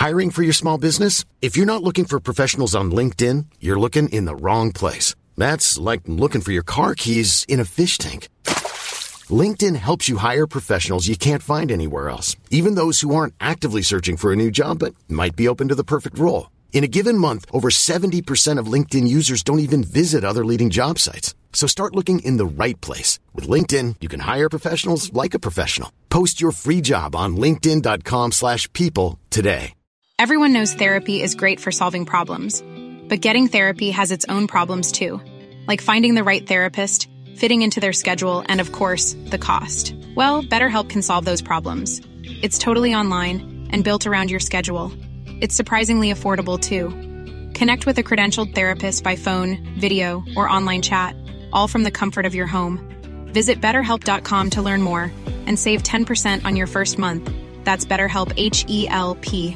Hiring for your small business? If you're not looking for professionals on LinkedIn, you're looking in the wrong place. That's like looking for your car keys in a fish tank. LinkedIn helps you hire professionals you can't find anywhere else, even those who aren't actively searching for a new job but might be open to the perfect role. In a given month, over 70% of LinkedIn users don't even visit other leading job sites. So start looking in the right place. With LinkedIn, you can hire professionals like a professional. Post your free job on linkedin.com/people today. Everyone knows therapy is great for solving problems. But getting therapy has its own problems too. Like finding the right therapist, fitting into their schedule, and of course, the cost. Well, BetterHelp can solve those problems. It's totally online and built around your schedule. It's surprisingly affordable too. Connect with a credentialed therapist by phone, video, or online chat, all from the comfort of your home. Visit BetterHelp.com to learn more and save 10% on your first month. That's BetterHelp, H-E-L-P.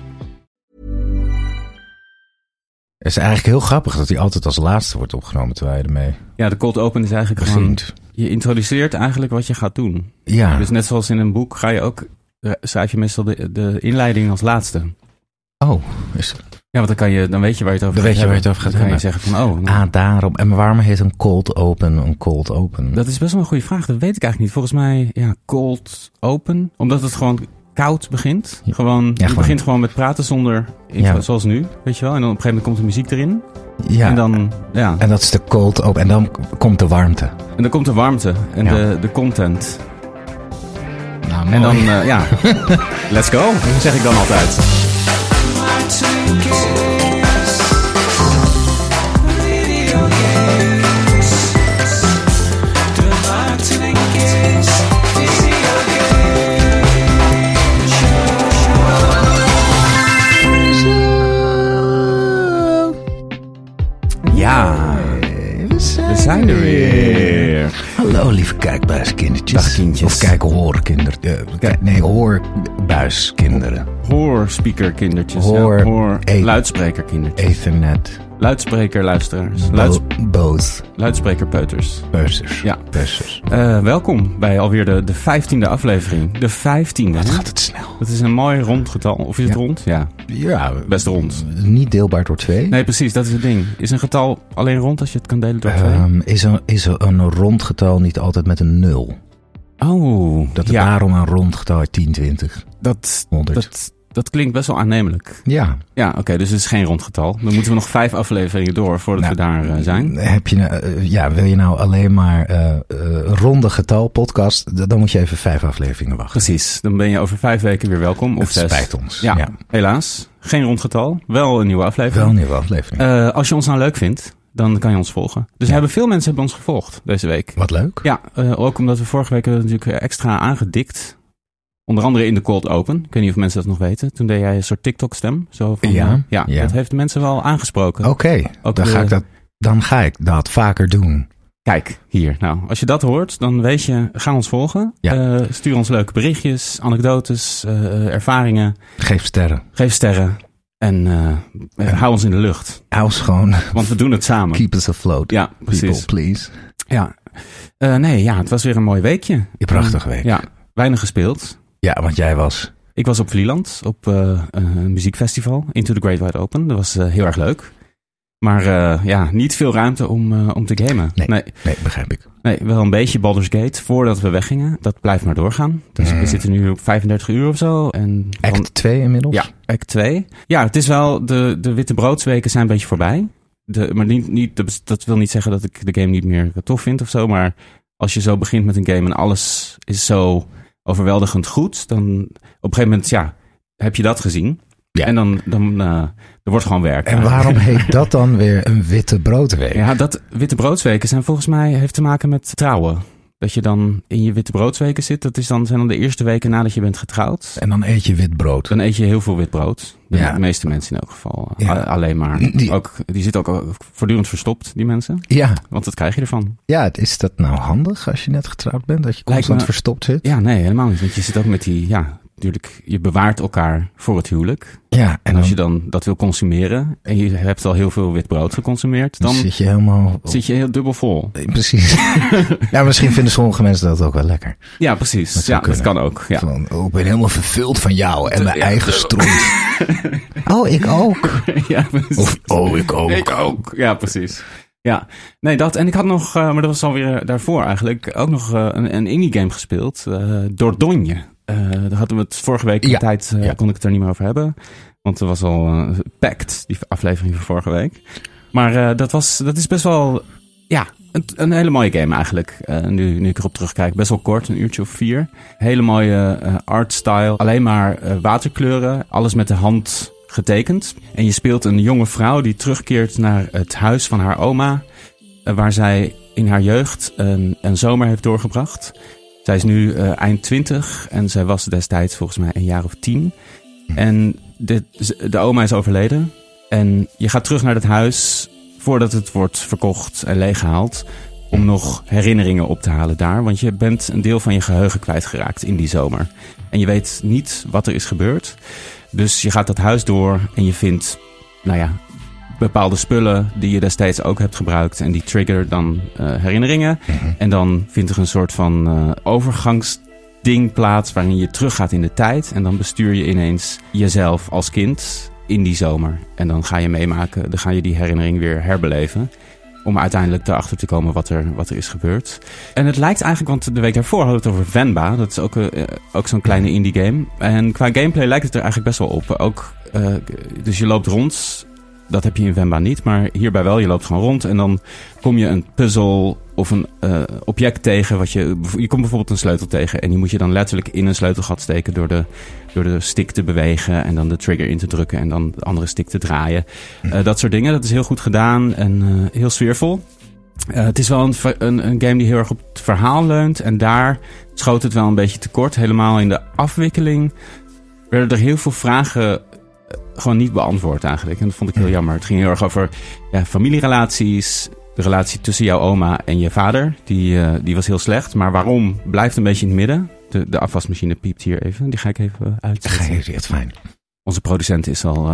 Het is eigenlijk heel grappig dat hij altijd als laatste wordt opgenomen terwijl je ermee... Ja, de cold open is eigenlijk begint. Gewoon... Je introduceert eigenlijk wat je gaat doen. Ja. Dus net zoals in een boek schrijf je meestal de inleiding als laatste. Oh, ja, want dan weet je waar je het over gaat hebben. Dan kan je zeggen van, daarom. En waarom heet een cold open? Dat is best wel een goede vraag. Dat weet ik eigenlijk niet. Volgens mij, cold open. Omdat het gewoon koud begint. Je begint gewoon met praten zonder intro, zoals nu, weet je wel. En dan op een gegeven moment komt de muziek erin. Ja. En dan, En dat is de cold open. En dan komt de warmte. En dan komt de warmte. En de content. Nou, en dan, let's go, zeg ik dan altijd. Ja, we zijn er weer. Hallo lieve kijkbuiskindertjes. Dag kindjes. Of hoorbuiskinderen. Hoorspeakerkindertjes. Luidsprekerkindertjes. Ethernet. Luidsprekerluisteraars. Luidsprekerpeuters. Ja. Welkom bij alweer de 15e aflevering. De 15e. Wat gaat het snel. Dat is een mooi rond getal. Of is het rond? Ja, best rond. Niet deelbaar door 2. Nee, precies. Dat is het ding. Is een getal alleen rond als je het kan delen door 2? Is een rond getal niet altijd met een 0? Oh, dat het daarom een rond getal is 10, 20, 100. Dat klinkt best wel aannemelijk. Ja. Ja, oké, dus het is geen rond getal. Dan moeten we nog 5 afleveringen door voordat we daar zijn. Wil je nou alleen maar ronde getal podcast, dan moet je even 5 afleveringen wachten. Precies, dan ben je over 5 weken weer welkom. Of 6. Spijt ons. Ja, helaas. Geen rond getal. Wel een nieuwe aflevering. Als je ons nou leuk vindt, dan kan je ons volgen. Dus veel mensen hebben ons gevolgd deze week. Wat leuk. Ja, ook omdat we vorige week natuurlijk extra aangedikt. Onder andere in de cold open. Ik weet niet of mensen dat nog weten. Toen deed jij een soort TikTok-stem. Zo van, ja, dat heeft de mensen wel aangesproken. Oké, dan ga ik dat vaker doen. Kijk, hier. Nou, als je dat hoort, dan weet je, ga ons volgen. Ja. Stuur ons leuke berichtjes, anekdotes, ervaringen. Geef sterren. En hou ons in de lucht. Hou ons gewoon. Want we doen het samen. Keep us afloat. Ja, precies. People, please. Ja. Het was weer een mooi weekje. Een prachtige week. Ja, weinig gespeeld. Ja, want jij was... Ik was op Vlieland, op een muziekfestival, Into the Great Wide Open. Dat was heel erg leuk. Maar niet veel ruimte om te gamen. Nee, begrijp ik. Nee, wel een beetje Baldur's Gate voordat we weggingen. Dat blijft maar doorgaan. Dus we zitten nu op 35 uur of zo. En Act 2 inmiddels? Ja, Act 2. Ja, het is wel, de wittebroodsweken zijn een beetje voorbij. Maar dat wil niet zeggen dat ik de game niet meer tof vind of zo. Maar als je zo begint met een game en alles is zo overweldigend goed, dan op een gegeven moment, heb je dat gezien. Ja. En dan er wordt gewoon werk. En waarom heet dat dan weer een wittebroodweek? Ja, dat wittebroodsweken zijn volgens mij heeft te maken met trouwen. Dat je dan in je wittebroodsweken zit. Dat zijn dan de eerste weken nadat je bent getrouwd. En dan eet je wit brood. Dan eet je heel veel wit brood. De meeste mensen in elk geval. Alleen maar. Die zitten ook voortdurend verstopt, die mensen. Ja. Want wat krijg je ervan? Ja, is dat nou handig als je net getrouwd bent? Dat je constant verstopt zit? Ja, nee, helemaal niet. Want je zit ook met die natuurlijk, je bewaart elkaar voor het huwelijk. Ja, En als je dan dat wil consumeren en je hebt al heel veel wit brood geconsumeerd, dan zit je helemaal... zit je heel dubbel vol. Precies. Ja, misschien vinden sommige mensen dat ook wel lekker. Ja, precies. Dat kan ook. Ja. Van, ik ben helemaal vervuld van jou en mijn eigen stront. Oh, ik ook. Ja, Of, ik ook. Ik ook. Ja, precies. Ja, nee, dat. En ik had nog, maar dat was alweer daarvoor eigenlijk, ook nog een indie game gespeeld. Dordogne. Daar hadden we het vorige week in tijd, kon ik het er niet meer over hebben. Want er was al packed, die aflevering van vorige week. Maar dat is best wel, een hele mooie game eigenlijk. Nu ik erop terugkijk. Best wel kort, een uurtje of 4. Hele mooie artstyle. Alleen maar waterkleuren. Alles met de hand getekend. En je speelt een jonge vrouw die terugkeert naar het huis van haar oma. Waar zij in haar jeugd een zomer heeft doorgebracht. Zij is nu eind 20 en zij was destijds volgens mij een jaar of 10. En de oma is overleden. En je gaat terug naar het huis voordat het wordt verkocht en leeggehaald. Om nog herinneringen op te halen daar. Want je bent een deel van je geheugen kwijtgeraakt in die zomer. En je weet niet wat er is gebeurd. Dus je gaat dat huis door en je vindt, bepaalde spullen die je destijds ook hebt gebruikt. En die trigger dan herinneringen. Mm-hmm. En dan vindt er een soort van overgangsding plaats waarin je teruggaat in de tijd. En dan bestuur je ineens jezelf als kind in die zomer. En dan ga je meemaken, dan ga je die herinnering weer herbeleven. Om uiteindelijk erachter te komen wat er is gebeurd. En het lijkt eigenlijk, want de week daarvoor hadden we het over Venba. Dat is ook zo'n kleine indie game. En qua gameplay lijkt het er eigenlijk best wel op. Dus je loopt rond. Dat heb je in Venba niet, maar hierbij wel. Je loopt gewoon rond en dan kom je een puzzel of een object tegen. Je komt bijvoorbeeld een sleutel tegen en die moet je dan letterlijk in een sleutelgat steken door de stick te bewegen en dan de trigger in te drukken en dan de andere stick te draaien. Dat soort dingen, dat is heel goed gedaan en heel sfeervol. Het is wel een game die heel erg op het verhaal leunt en daar schoot het wel een beetje tekort. Helemaal in de afwikkeling werden er heel veel vragen gewoon niet beantwoord eigenlijk. En dat vond ik heel jammer. Het ging heel erg over familierelaties. De relatie tussen jouw oma en je vader. Die was heel slecht. Maar waarom blijft een beetje in het midden. De afwasmachine piept hier even. Die ga ik even uitzetten. Ga je het fijn. Onze producent is al...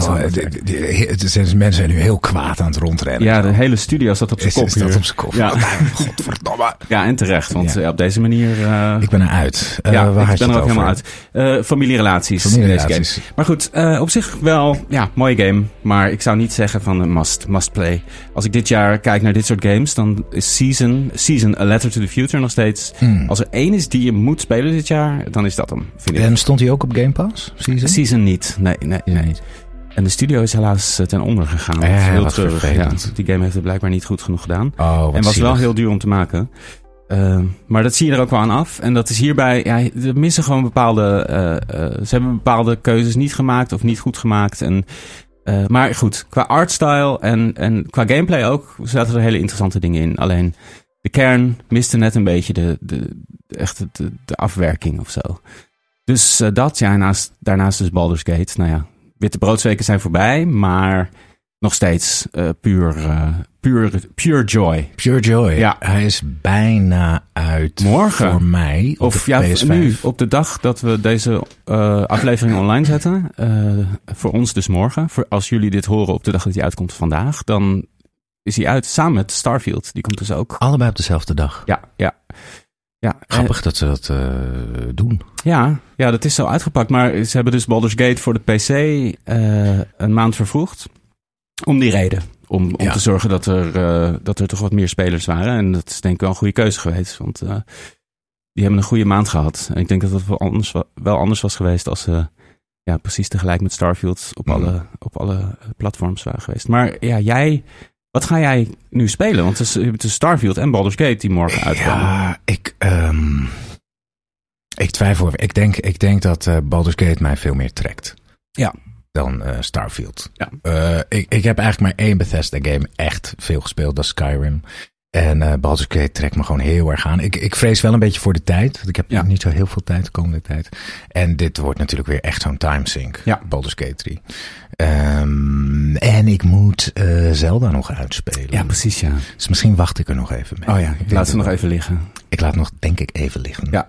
mensen zijn nu heel kwaad aan het rondrennen. Ja, de hele studio zat op zijn kop. Staat op zijn kop. Ja. Godverdomme. Ja, en terecht. Want op deze manier... ik ben eruit. Ik ben er ook helemaal uit. Familierelaties. In deze game. Maar goed, op zich wel, mooie game. Maar ik zou niet zeggen van must play. Als ik dit jaar kijk naar dit soort games, dan is Season A Letter to the Future nog steeds. Als er één is die je moet spelen dit jaar, dan is dat hem. Vind ik. En stond hij ook op Game Pass? Season niet. Nee. En de studio is helaas ten onder gegaan. Heel treurig. Ja, die game heeft het blijkbaar niet goed genoeg gedaan. En was wel heel duur om te maken. Maar dat zie je er ook wel aan af. En dat is hierbij... er missen gewoon bepaalde... ze hebben bepaalde keuzes niet gemaakt of niet goed gemaakt. Maar goed, qua artstyle en qua gameplay ook zaten er hele interessante dingen in. Alleen de kern miste net een beetje de afwerking of zo. Dus daarnaast dus Baldur's Gate. Witte broodsweken zijn voorbij, maar nog steeds pure joy. Pure joy. Ja. Hij is bijna uit morgen voor mij op de PS5. Nu, op de dag dat we deze aflevering online zetten. Voor ons dus morgen. Als jullie dit horen op de dag dat hij uitkomt vandaag, dan is hij uit samen met Starfield. Die komt dus ook. Allebei op dezelfde dag. Ja. Grappig dat ze dat doen. Ja, dat is zo uitgepakt. Maar ze hebben dus Baldur's Gate voor de PC een maand vervroegd. Om die reden. Om te zorgen dat er toch wat meer spelers waren. En dat is denk ik wel een goede keuze geweest. Want die hebben een goede maand gehad. En ik denk dat het wel anders was geweest als ze precies tegelijk met Starfield op alle platforms waren geweest. Maar wat ga jij nu spelen? Want het is Starfield en Baldur's Gate die morgen uitkomen. Ja, ik twijfel. Ik denk dat Baldur's Gate mij veel meer trekt. Ja. Dan Starfield. Ja. Ik heb eigenlijk maar één Bethesda game echt veel gespeeld. Dat is Skyrim. En Baldur's Gate trekt me gewoon heel erg aan. Ik vrees wel een beetje voor de tijd. Want ik heb niet zo heel veel tijd de komende tijd. En dit wordt natuurlijk weer echt zo'n timesync. Ja. Baldur's Gate 3. En ik moet Zelda nog uitspelen. Ja, precies, ja. Dus misschien wacht ik er nog even mee. Oh ja, ik laat ze nog even liggen. Ik laat nog, denk ik, even liggen. Ja.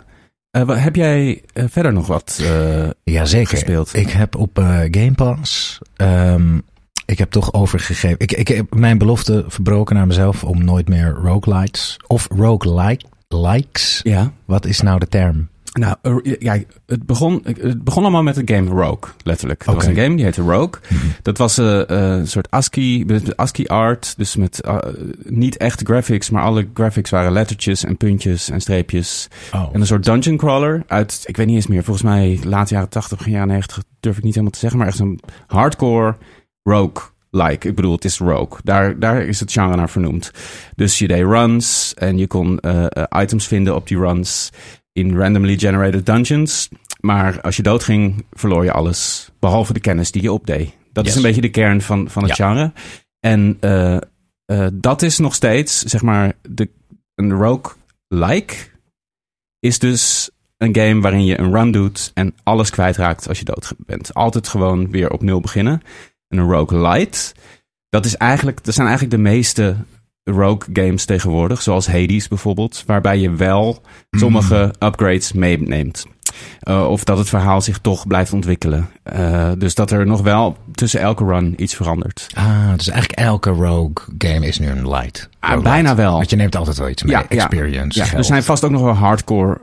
Heb jij verder nog wat Jazeker. gespeeld? Ik heb op Game Pass... ik heb toch overgegeven... Ik heb mijn belofte verbroken naar mezelf om nooit meer roguelites of roguelikes. Ja. Wat is nou de term? Nou, het begon allemaal met een game Rogue, letterlijk. Er was een game, die heette Rogue. Mm-hmm. Dat was een soort ASCII art, dus met niet echt graphics, maar alle graphics waren lettertjes en puntjes en streepjes. Oh. En een soort dungeon crawler uit, ik weet niet eens meer, volgens mij laat jaren 80, begin jaren 90, durf ik niet helemaal te zeggen, maar echt zo'n hardcore Rogue-like. Ik bedoel, het is Rogue. Daar is het genre naar vernoemd. Dus je deed runs en je kon items vinden op die runs in randomly generated dungeons. Maar als je doodging, verloor je alles. Behalve de kennis die je opdeed. Dat is een beetje de kern van het genre. En dat is nog steeds, zeg maar, een rogue-like is dus een game waarin je een run doet en alles kwijtraakt als je dood bent. Altijd gewoon weer op 0 beginnen. En een roguelite, dat zijn eigenlijk de meeste rogue games tegenwoordig, zoals Hades bijvoorbeeld, waarbij je wel sommige upgrades meeneemt. Of dat het verhaal zich toch blijft ontwikkelen. Dus dat er nog wel tussen elke run iets verandert. Dus eigenlijk elke rogue game is nu een light. Bijna wel. Want je neemt altijd wel iets mee. Experience, geld. Er zijn vast ook nog wel hardcore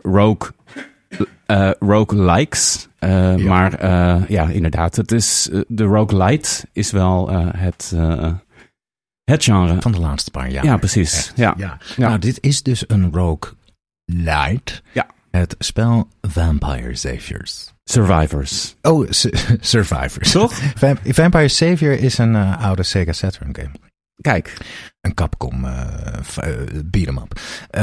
roguelikes. Maar inderdaad. Het is, de roguelite is wel het genre. Van de laatste paar jaar. Ja, precies. Ja. Nou, dit is dus een roguelite. Ja. Het spel Vampire Saviors. Survivors. Oh, Survivors. Toch? Vampire Savior is een oude Sega Saturn game. Kijk. Een Capcom beat-em-up.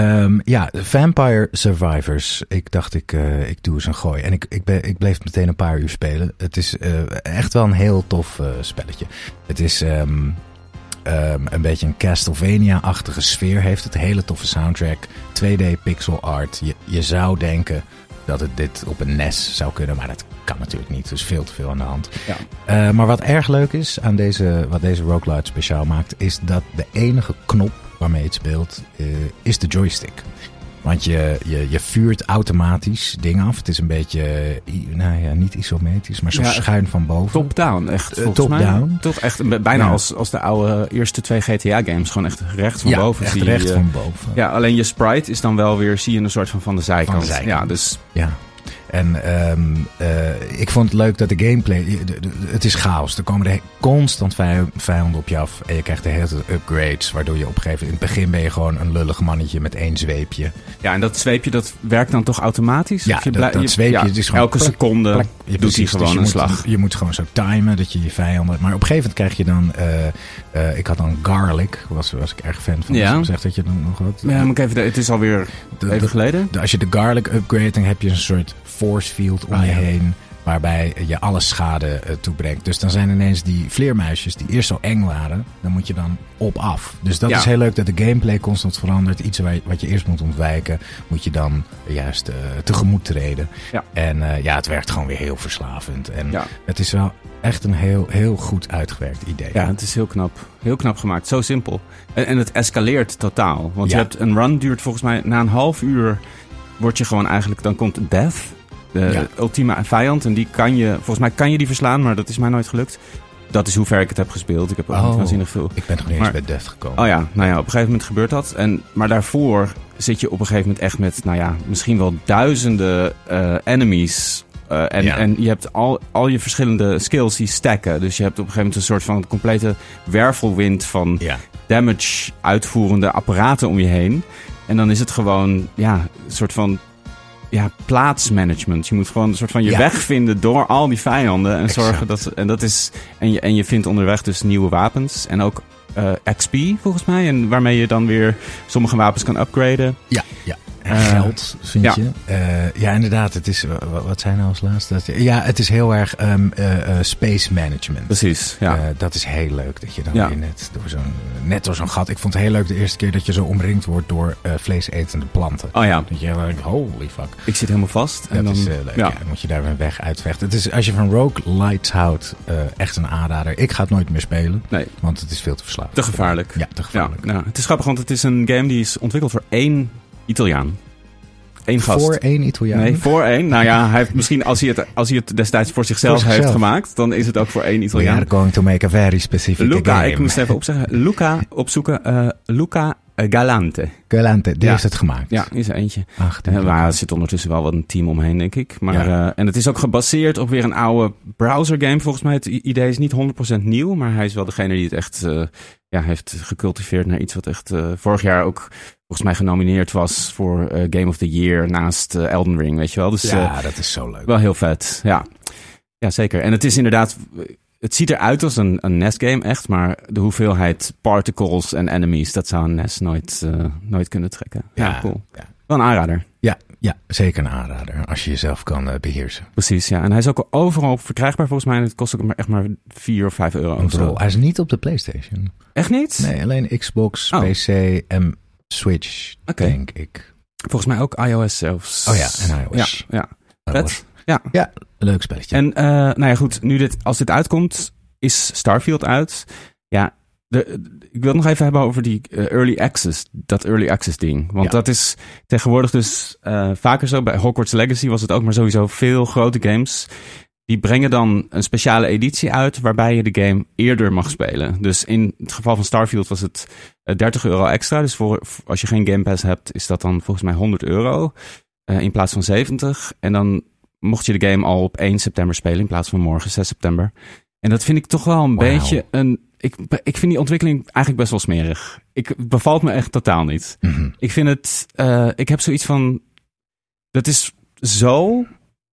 Vampire Survivors. Ik dacht, ik doe eens een gooi. En ik bleef meteen een paar uur spelen. Het is echt wel een heel tof spelletje. Het is een beetje een Castlevania-achtige sfeer. Heeft het, hele toffe soundtrack. 2D pixel art. Je zou denken dat het dit op een NES zou kunnen, maar dat kan natuurlijk niet. Er is veel te veel aan de hand. Ja. Maar wat erg leuk is aan wat deze roguelite speciaal maakt, is dat de enige knop waarmee het speelt, is de joystick. Want je vuurt automatisch dingen af. Het is een beetje, niet isometrisch, maar zo schuin van boven. Top-down, echt. Top-down. Toch echt bijna als de oude eerste 2 GTA-games. Gewoon echt recht van boven. Echt recht van boven. Ja, alleen je sprite is dan wel weer, zie je een soort van de zijkant. Ja, dus... Ja. En ik vond het leuk dat de gameplay... Het is chaos. Er komen constant vijanden op je af. En je krijgt de hele tijd upgrades. Waardoor je op een gegeven moment... In het begin ben je gewoon een lullig mannetje met 1 zweepje. Ja, en dat zweepje dat werkt dan toch automatisch? Ja, dat zweepje... Het is gewoon elke seconde doet hij gewoon een slag. Je moet gewoon zo timen dat je vijanden... Maar op een gegeven moment krijg je dan... ik had dan Garlic. Was ik erg fan van. Ja. Zegt dat je dan nog wat... Ja, moet ik even... Het is alweer even geleden. Als je de Garlic upgrade, dan heb je een soort force field om je heen, waarbij je alle schade toebrengt. Dus dan zijn ineens die vleermuisjes die eerst zo eng waren, dan moet je dan op af. Dus dat is heel leuk dat de gameplay constant verandert. Iets wat je eerst moet ontwijken, moet je dan juist tegemoet treden. Ja. En het werkt gewoon weer heel verslavend. En het is wel echt een heel, heel goed uitgewerkt idee. Ja, het is heel knap. Heel knap gemaakt. Zo simpel. En het escaleert totaal. Want je hebt een run duurt volgens mij na een half uur word je gewoon eigenlijk, dan komt Death, de ultieme vijand. En die volgens mij kan je die verslaan, maar dat is mij nooit gelukt. Dat is hoe ver ik het heb gespeeld. Ik heb ook niet waanzinnig veel. Ik ben nog niet eens bij Death gekomen. Oh ja, nou ja, op een gegeven moment gebeurt dat. Maar daarvoor zit je op een gegeven moment echt met, misschien wel duizenden enemies. En je hebt al je verschillende skills die stacken. Dus je hebt op een gegeven moment een soort van complete wervelwind van damage uitvoerende apparaten om je heen. En dan is het gewoon, een soort van plaatsmanagement. Je moet gewoon een soort van je weg vinden door al die vijanden. En zorgen en je vindt onderweg dus nieuwe wapens. En ook XP volgens mij. En waarmee je dan weer sommige wapens kan upgraden. Ja. Geld, vind je? Inderdaad. Het is, wat zijn nou als laatste? Het is heel erg space management. Precies, dat is heel leuk. Dat je dan weer net door zo'n gat... Ik vond het heel leuk de eerste keer dat je zo omringd wordt door vleesetende planten. Oh ja. Dat je denkt, holy fuck. Ik zit helemaal vast. Dat is leuk. Ja. Dan moet je daar een weg uitvechten. Het is, als je van roguelites houdt, echt een aanrader. Ik ga het nooit meer spelen. Nee. Want het is veel te verslavend. Te gevaarlijk. Ja, te gevaarlijk. Ja, het is grappig, want het is een game die is ontwikkeld voor 1 Italiaan. één gast. Voor 1 Italiaan? Nee, voor 1. Nou ja, hij heeft misschien als hij het destijds voor zichzelf heeft gemaakt, dan is het ook voor 1 Italiaan. We are going to make a very specific Luca, game. ik moest even opzoeken. Luca Galante. Galante, die heeft het gemaakt. Ja, is er eentje. Ach, maar er zit ondertussen wel wat een team omheen, denk ik. Maar, en het is ook gebaseerd op weer een oude browser game. Volgens mij, het idee is niet 100% nieuw, maar hij is wel degene die het echt heeft gecultiveerd naar iets wat echt vorig jaar ook volgens mij genomineerd was voor Game of the Year naast Elden Ring, weet je wel. Dus, dat is zo leuk. Wel heel vet, ja. Ja, zeker. En het is inderdaad... Het ziet eruit als een NES-game, echt. Maar de hoeveelheid particles en enemies, dat zou een NES nooit kunnen trekken. Ja, cool. Ja. Wel een aanrader. Ja, zeker een aanrader. Als je jezelf kan beheersen. Precies, ja. En hij is ook overal verkrijgbaar volgens mij. En het kost ook echt maar 4 of 5 euro. Hij is niet op de PlayStation. Echt niet? Nee, alleen Xbox, PC en Switch, denk ik. Volgens mij ook iOS zelfs. Oh ja, en iOS. Ja. Vet. Ja, een leuk spelletje. En nou ja, goed. Als dit uitkomt, is Starfield uit. Ja, ik wil het nog even hebben over die early access ding. Want dat is tegenwoordig dus vaker zo. Bij Hogwarts Legacy was het ook, maar sowieso veel grote games. Die brengen dan een speciale editie uit waarbij je de game eerder mag spelen. Dus in het geval van Starfield was het €30 extra. Dus als je geen Game Pass hebt, is dat dan volgens mij €100 in plaats van 70. En dan mocht je de game al op 1 september spelen in plaats van morgen, 6 september. En dat vind ik toch wel een beetje ik vind die ontwikkeling eigenlijk best wel smerig. Het bevalt me echt totaal niet. Mm-hmm. Ik vind het... ik heb zoiets van... Dat is zo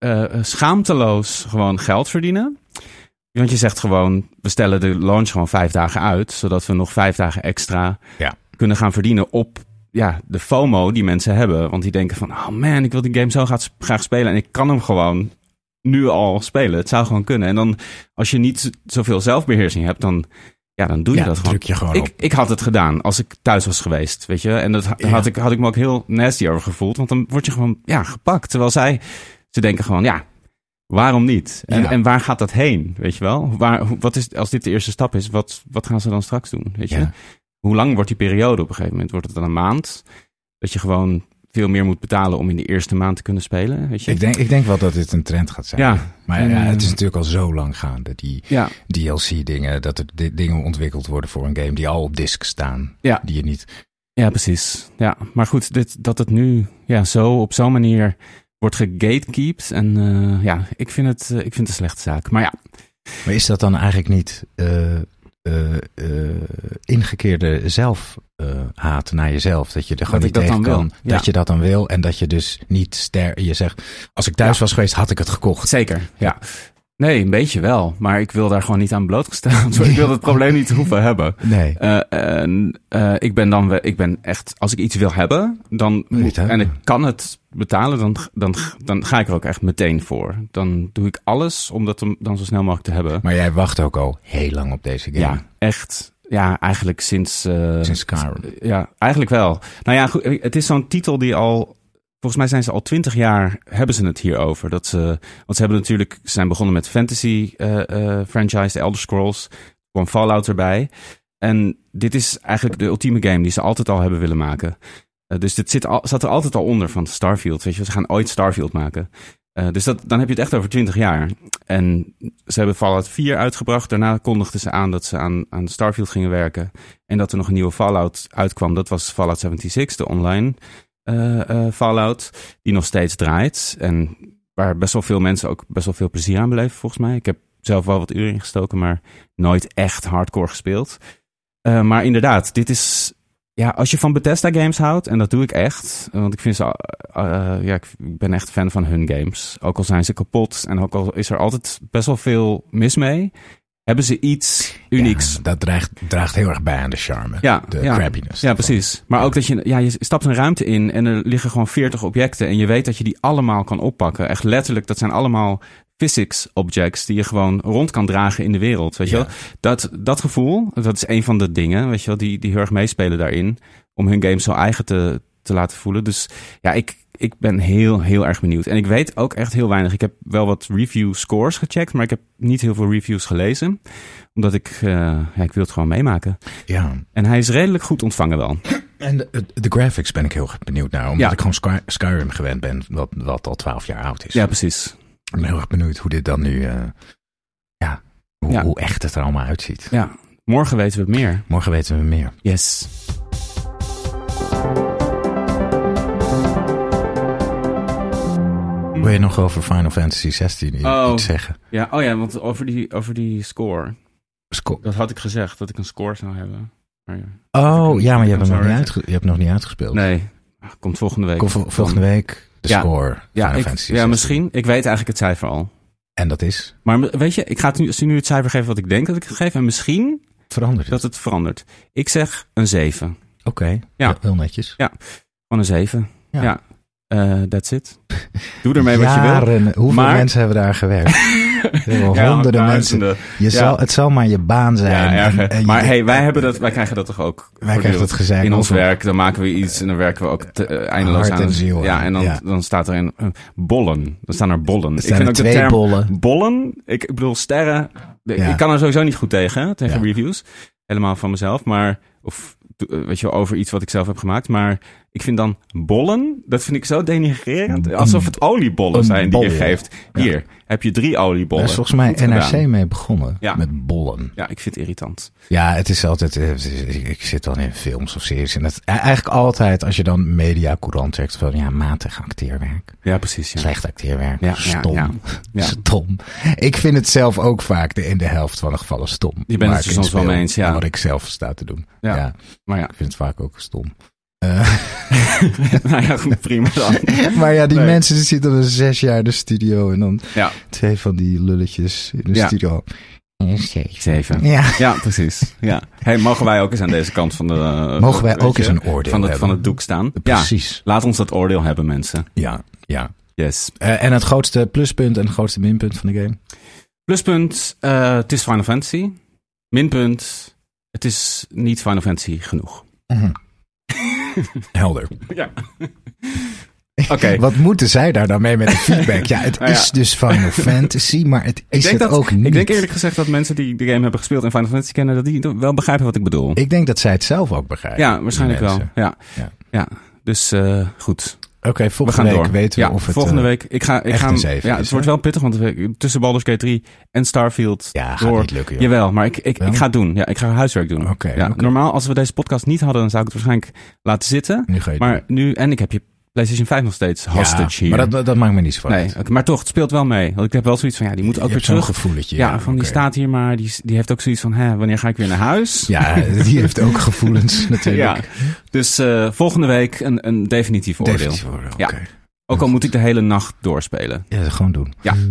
schaamteloos gewoon geld verdienen. Want je zegt gewoon... We stellen de launch gewoon 5 dagen uit. Zodat we nog 5 dagen extra kunnen gaan verdienen op... Ja, de FOMO die mensen hebben. Want die denken van... Oh man, ik wil die game zo graag spelen. En ik kan hem gewoon nu al spelen. Het zou gewoon kunnen. En dan, als je niet zoveel zelfbeheersing hebt, dan doe je dat gewoon. Druk je gewoon op. Ik had het gedaan als ik thuis was geweest, weet je. En dat had ik me ook heel nasty over gevoeld. Want dan word je gewoon gepakt. Terwijl ze denken gewoon, waarom niet? En waar gaat dat heen, weet je wel? Wat is, als dit de eerste stap is, wat gaan ze dan straks doen, weet je? Ja. Hoe lang wordt die periode op een gegeven moment? Wordt het dan een maand? Dat je gewoon veel meer moet betalen om in de eerste maand te kunnen spelen, weet je? Ik denk wel dat dit een trend gaat zijn. Ja. Maar het is natuurlijk al zo lang gaande. Die DLC-dingen, dat er dingen ontwikkeld worden voor een game die al op disc staan. Ja. Die je niet... Ja, precies. Ja, maar goed, dat het nu zo op zo'n manier wordt gegatekeept. En ik vind het een slechte zaak. Maar ja. Maar is dat dan eigenlijk niet... ingekeerde zelfhaat naar jezelf. Dat je er gewoon niet tegen kan. Dat je dat dan wil. En dat je dus niet je zegt, als ik thuis was geweest, had ik het gekocht. Zeker, ja. Nee, een beetje wel. Maar ik wil daar gewoon niet aan blootgesteld worden. Ik wil het probleem niet hoeven hebben. Nee. Ik ben echt, als ik iets wil hebben, en ik kan het betalen, dan ga ik er ook echt meteen voor. Dan doe ik alles om dat dan zo snel mogelijk te hebben. Maar jij wacht ook al heel lang op deze game. Ja, echt. Ja, eigenlijk sinds Skyrim. Ja, eigenlijk wel. Nou ja, goed, het is zo'n titel die al... Volgens mij zijn ze al 20 jaar, hebben ze het hierover. Want ze zijn begonnen met fantasy franchise, de Elder Scrolls. Er kwam Fallout erbij. En dit is eigenlijk de ultieme game die ze altijd al hebben willen maken. Dus dit zat er altijd al onder van Starfield. Weet je, ze gaan ooit Starfield maken. Dus dan heb je het echt over 20 jaar. En ze hebben Fallout 4 uitgebracht. Daarna kondigden ze aan dat ze aan Starfield gingen werken. En dat er nog een nieuwe Fallout uitkwam. Dat was Fallout 76, de online Fallout. Die nog steeds draait. En waar best wel veel mensen ook best wel veel plezier aan beleven, volgens mij. Ik heb zelf wel wat uren ingestoken, maar nooit echt hardcore gespeeld. Maar inderdaad, dit is... Ja, als je van Bethesda games houdt, en dat doe ik echt, want ik vind ze, ik ben echt fan van hun games. Ook al zijn ze kapot en ook al is er altijd best wel veel mis mee, hebben ze iets unieks. Ja, dat draagt heel erg bij aan de charme, de crappiness. Ja, precies. Maar ook dat je stapt een ruimte in en er liggen gewoon 40 objecten en je weet dat je die allemaal kan oppakken. Echt letterlijk, dat zijn allemaal physics objects die je gewoon rond kan dragen in de wereld, weet je wel? Dat gevoel, dat is een van de dingen, weet je wel, die heel erg meespelen daarin, om hun games zo eigen te laten voelen. Dus ja, ik ben heel, heel erg benieuwd. En ik weet ook echt heel weinig. Ik heb wel wat review scores gecheckt, maar ik heb niet heel veel reviews gelezen, omdat ik wil het gewoon meemaken. Ja. En hij is redelijk goed ontvangen wel. En de graphics ben ik heel erg benieuwd naar. Omdat ik gewoon Skyrim gewend ben, wat al 12 jaar oud is. Ja, precies. Ik ben heel erg benieuwd hoe dit dan nu... Hoe echt het er allemaal uitziet. Ja, morgen weten we meer. Morgen weten we meer. Yes. Wil je nog over Final Fantasy 16 iets zeggen? Ja, want over die score. Dat had ik gezegd, dat ik een score zou hebben. Maar maar je hebt nog niet uitgespeeld. Nee, komt volgende week. Volgende week de score. Final Fantasy 16. Ja, misschien. Ik weet eigenlijk het cijfer al. En dat is? Maar weet je, ik ga nu het cijfer geven wat ik denk dat ik het geef. En misschien dat het verandert. Ik zeg een 7. Oké, ja. Heel netjes. Ja, gewoon een 7. Ja. That's it. Doe ermee wat je wil. Hoeveel mensen hebben daar gewerkt? Honderden mensen. Het zal maar je baan zijn. Maar wij krijgen dat toch ook? Wij krijgen dat gezegd. In ons werk, dan maken we iets en dan werken we ook eindeloos aan. En ziel. Ja, en dan staat er in bollen. Dan staan er bollen. Ik vind ook de term bollen. Ik bedoel sterren. Ik kan er sowieso niet goed tegen reviews. Helemaal van mezelf. Maar weet je wel, over iets wat ik zelf heb gemaakt. Maar ik vind dan bollen, dat vind ik zo denigrerend. Alsof het oliebollen zijn die je geeft. Hier, heb je 3 oliebollen. Daar is volgens mij NRC mee begonnen. Ja. Met bollen. Ja, ik vind het irritant. Ja, het is altijd... Ik zit dan in films of series. En eigenlijk altijd, als je dan mediacourant zegt van... matig acteerwerk. Ja, precies. Ja. Slecht acteerwerk. Ja, stom. Ja. Stom. Ik vind het zelf ook vaak in de helft van de gevallen stom. Je bent het er soms wel mee eens, ja. Wat ik zelf sta te doen. Ja. Maar ik vind het vaak ook stom. Nou ja, goed, prima dan. Maar die mensen die zitten dan 6 jaar in de studio en dan 2 van die lulletjes in de studio. 7. Ja, precies. Ja. Hey, mogen wij ook eens aan deze kant van de... mogen wij ook eens een oordeel hebben? Van het doek staan? Precies. Ja, laat ons dat oordeel hebben, mensen. Ja. Yes. En het grootste pluspunt en het grootste minpunt van de game? Pluspunt, het is Final Fantasy. Minpunt, het is niet Final Fantasy genoeg. Mm-hmm. Helder. Ja. Oké. Wat moeten zij daar dan mee met de feedback? Ja, het is dus Final Fantasy, maar het is het ook niet. Ik denk eerlijk gezegd dat mensen die de game hebben gespeeld en Final Fantasy kennen, dat die wel begrijpen wat ik bedoel. Ik denk dat zij het zelf ook begrijpen. Ja, waarschijnlijk wel. Ja. Dus goed. Oké, volgende week weten we of het... Volgende week. Ik ga een 7 het wordt wel pittig, want tussen Baldur's Gate 3 en Starfield... Ja, gaat niet lukken, joh. Jawel, maar ik ga het doen. Ja, ik ga huiswerk doen. Oké. Normaal, als we deze podcast niet hadden, dan zou ik het waarschijnlijk laten zitten. Nu, en ik heb je PlayStation 5 nog steeds hostage hier. Maar dat maakt me niet zo van uit. Nee, maar toch, het speelt wel mee. Want ik heb wel zoiets van, die moet ook weer terug. Gevoeletje. Die staat hier maar, die heeft ook zoiets van, wanneer ga ik weer naar huis? Ja, die heeft ook gevoelens natuurlijk. Ja. Dus volgende week een definitief oordeel. Definitief oordeel, ja. Okay. Ook al moet ik de hele nacht doorspelen. Ja, dat gewoon doen. Ja.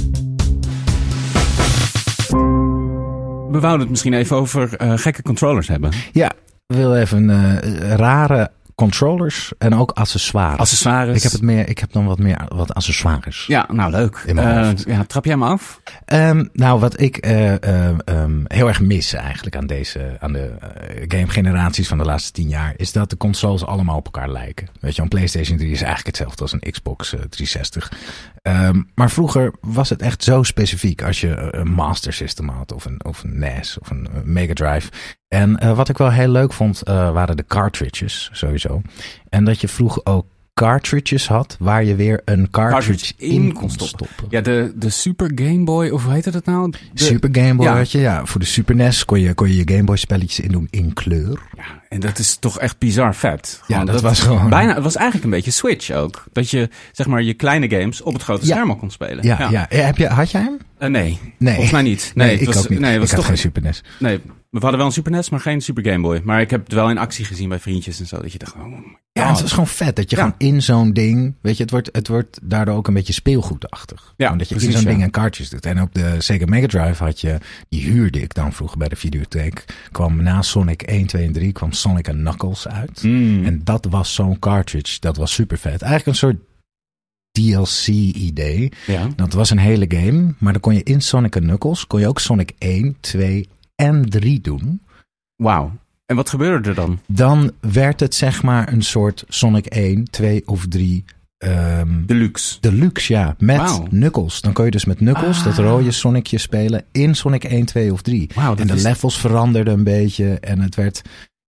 We wouden het misschien even over gekke controllers hebben. Ja, we willen even rare controllers en ook accessoires. Ik heb dan wat accessoires. Ja, nou leuk. Trap jij me af? Wat ik heel erg mis eigenlijk aan de game generaties van de laatste 10 jaar, is dat de consoles allemaal op elkaar lijken. Weet je, een PlayStation 3 is eigenlijk hetzelfde als een Xbox 360. Maar vroeger was het echt zo specifiek als je een Master System had of een NES of een Mega Drive. En wat ik wel heel leuk vond, waren de cartridges sowieso. En dat je vroeger ook cartridges had, waar je weer een cartridge in kon stoppen. Ja, de Super Game Boy, of hoe heette dat nou? Super Game Boy had je, ja. Voor de Super NES kon je Game Boy spelletjes in doen in kleur. Ja, en dat is toch echt bizar vet. Ja, dat was gewoon... Bijna, het was eigenlijk een beetje Switch ook. Dat je, zeg maar, je kleine games op het grote scherm al kon spelen. Ja. Had jij hem? Nee, volgens mij niet. Nee, ik ook niet. Nee, ik had geen Super NES. Nee, we hadden wel een Super NES, maar geen Super Game Boy. Maar ik heb het wel in actie gezien bij vriendjes en zo. Dat je dacht, ja, het was gewoon vet. Dat je gewoon in zo'n ding... Weet je, het wordt daardoor ook een beetje speelgoedachtig. Ja, dat je in zo'n ding een cartridge doet. En op de Sega Mega Drive had je... Die huurde ik dan vroeger bij de videotheek. Kwam na Sonic 1, 2 en 3 kwam Sonic en Knuckles uit. En dat was zo'n cartridge. Dat was super vet. Eigenlijk een soort DLC-idee. Ja. Dat was een hele game. Maar dan kon je in Sonic en Knuckles... kon je ook Sonic 1, 2 en 3 doen. Wauw. En wat gebeurde er dan? Dan werd het zeg maar een soort Sonic 1, 2 of 3... Deluxe, ja. Met Knuckles. Dan kon je dus met Knuckles, dat rode Sonicje spelen... in Sonic 1, 2 of 3. Wow, en de levels veranderden een beetje. En het werd...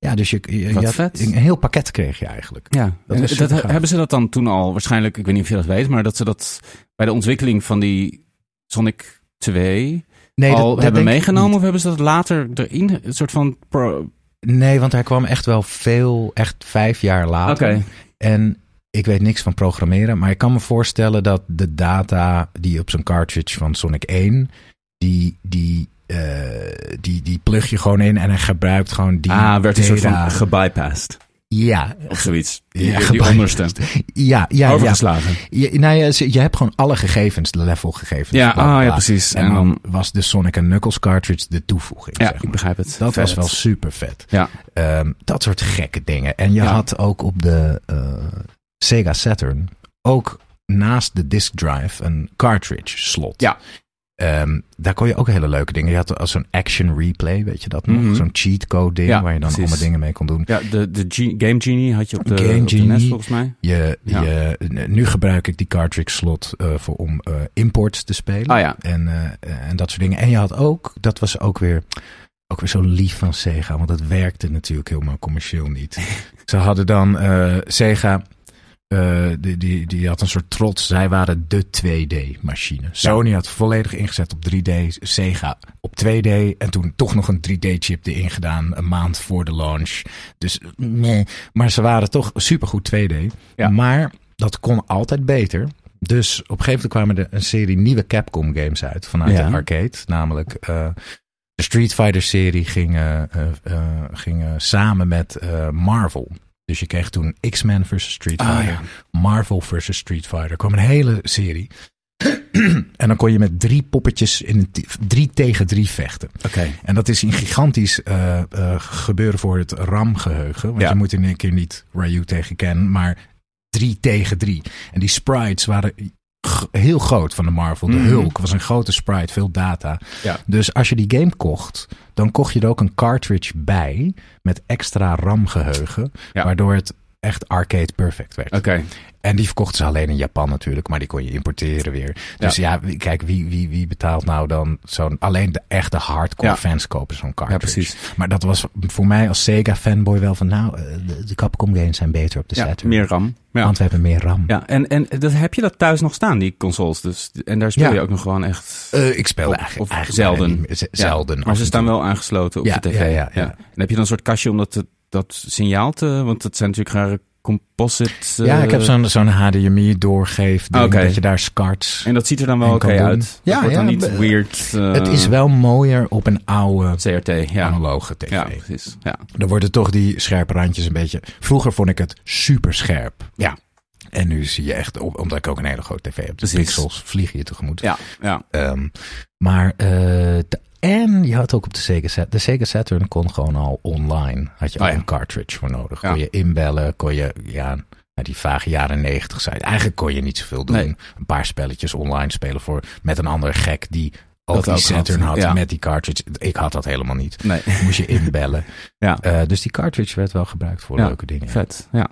Ja, dus je had vet. een heel pakket kreeg je eigenlijk. Ja, hebben ze dat dan toen al waarschijnlijk, ik weet niet of je dat weet, maar dat ze dat bij de ontwikkeling van die Sonic 2 dat hebben meegenomen? Of hebben ze dat later erin, een soort van... Nee, want hij kwam echt wel echt 5 jaar later. Oké. En ik weet niks van programmeren, maar ik kan me voorstellen dat de data die op zo'n cartridge van Sonic 1, die plug je gewoon in en hij gebruikt gewoon die werd een soort van gebypassed. Ja. Of zoiets. Die onderste. Ja. Overgeslagen. Je hebt gewoon alle gegevens, de levelgegevens. Ja, precies. En dan was de Sonic & Knuckles cartridge de toevoeging. Ja, zeg maar. ik begrijp het. Dat was wel super vet. Ja. Dat soort gekke dingen. En je had ook op de Sega Saturn ook naast de disk drive een cartridge slot. Ja. Daar kon je ook hele leuke dingen. Je had als zo'n action replay, weet je dat nog? Mm-hmm. Zo'n cheat code ding waar je dan allemaal dingen mee kon doen. Ja, de Game Genie had je op de NES volgens mij. Nu gebruik ik die cartridge slot om imports te spelen. En dat soort dingen. En je had ook, dat was ook weer zo lief van Sega, want dat werkte natuurlijk helemaal commercieel niet. Ze hadden dan Sega... Die had een soort trots. Zij waren de 2D-machine. Sony had volledig ingezet op 3D. Sega op 2D. En toen toch nog een 3D-chip erin gedaan. Een maand voor de launch. Dus nee. Maar ze waren toch supergoed 2D. Ja. Maar dat kon altijd beter. Dus op een gegeven moment kwamen er een serie nieuwe Capcom games uit. Vanuit de arcade. Namelijk... de Street Fighter serie ging samen met Marvel. Dus je kreeg toen X-Men versus Street Fighter. Marvel versus Street Fighter. Er kwam een hele serie. En dan kon je met 3 poppetjes in 3 tegen 3 vechten. Okay. En dat is een gigantisch gebeuren voor het RAM-geheugen. Want je moet in één keer niet Ryu tegen Ken, maar 3 tegen 3. En die sprites waren heel groot van de Marvel. De Hulk was een grote sprite, veel data. Ja. Dus als je die game kocht, dan kocht je er ook een cartridge bij met extra RAM-geheugen, waardoor het echt arcade perfect werd. Okay. En die verkochten ze alleen in Japan natuurlijk, maar die kon je importeren weer. Dus kijk, wie betaalt nou dan zo'n... Alleen de echte hardcore fans kopen zo'n cartridge. Ja, precies. Maar dat was voor mij als Sega-fanboy wel van... de Capcom games zijn beter op de Saturn. Meer RAM. Ja. Want we hebben meer RAM. Ja, en heb je dat thuis nog staan, die consoles? Dus, en daar speel je ook nog gewoon echt... ik speel eigenlijk zelden. Zelden. Maar ze staan wel aangesloten op de tv. Ja. En heb je dan een soort kastje om dat signaal te... Want het zijn natuurlijk rare... composite... Ja, ik heb zo'n HDMI doorgeef ding, dat je daar SCART. En dat ziet er dan wel oké uit? Ja, wordt dan niet weird... Het is wel mooier op een oude CRT, analoge tv. Ja, precies. Ja. Dan worden toch die scherpe randjes een beetje... Vroeger vond ik het super scherp. Ja. En nu zie je echt, omdat ik ook een hele grote tv heb, de pixels vliegen je tegemoet. Ja. En je had ook op de Sega Saturn kon gewoon al online. Had je al een cartridge voor nodig. Kon je inbellen, kon je die vage jaren 90 zijn. Eigenlijk kon je niet zoveel doen. Nee. Een paar spelletjes online spelen met een andere gek die ook die Saturn had met die cartridge. Ik had dat helemaal niet. Nee. Moest je inbellen. Dus die cartridge werd wel gebruikt voor leuke dingen. Vet, ja.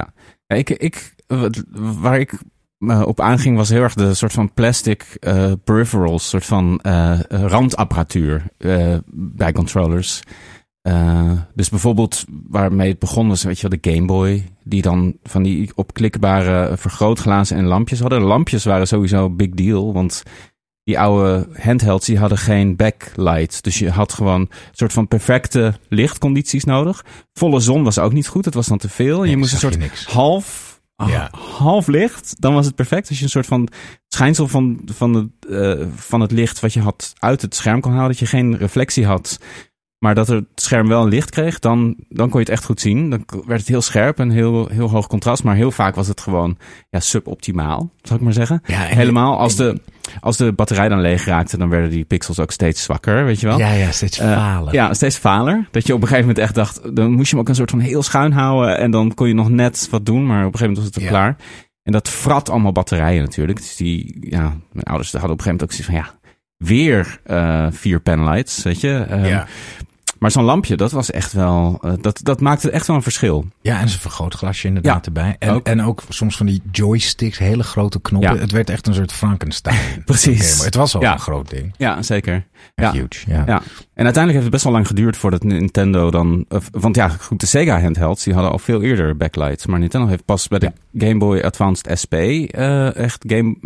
Waar ik op aanging was heel erg de soort van plastic peripherals, soort van randapparatuur bij controllers. Dus bijvoorbeeld waarmee het begon was, weet je wel, de Game Boy, die dan van die opklikbare vergrootglazen en lampjes hadden. De lampjes waren sowieso big deal, want die oude handhelds die hadden geen backlight. Dus je had gewoon een soort van perfecte lichtcondities nodig. Volle zon was ook niet goed, het was dan te veel. En je moest een soort half licht, dan was het perfect. Als je een soort van schijnsel van het licht wat je had uit het scherm kon halen, dat je geen reflectie had, maar dat het scherm wel licht kreeg, dan kon je het echt goed zien. Dan werd het heel scherp en heel hoog contrast, maar heel vaak was het gewoon suboptimaal, zou ik maar zeggen. Ja, helemaal als de batterij dan leeg raakte, dan werden die pixels ook steeds zwakker, weet je wel. Ja, steeds faler. Steeds faler. Dat je op een gegeven moment echt dacht, dan moest je hem ook een soort van heel schuin houden en dan kon je nog net wat doen, maar op een gegeven moment was het klaar. En dat vrat allemaal batterijen natuurlijk. Dus mijn ouders hadden op een gegeven moment ook zoiets van, weer 4 penlights, weet je. Maar zo'n lampje, dat was echt wel... Dat maakte echt wel een verschil. Ja, en zo'n vergrootglasje inderdaad erbij. En ook soms van die joysticks, hele grote knoppen. Ja. Het werd echt een soort Frankenstein. Precies. Maar het was al een groot ding. Ja, zeker. Echt huge, ja. En uiteindelijk heeft het best wel lang geduurd voordat Nintendo dan... Want ja, goed, de Sega handhelds, die hadden al veel eerder backlights. Maar Nintendo heeft pas bij de Game Boy Advanced SP echt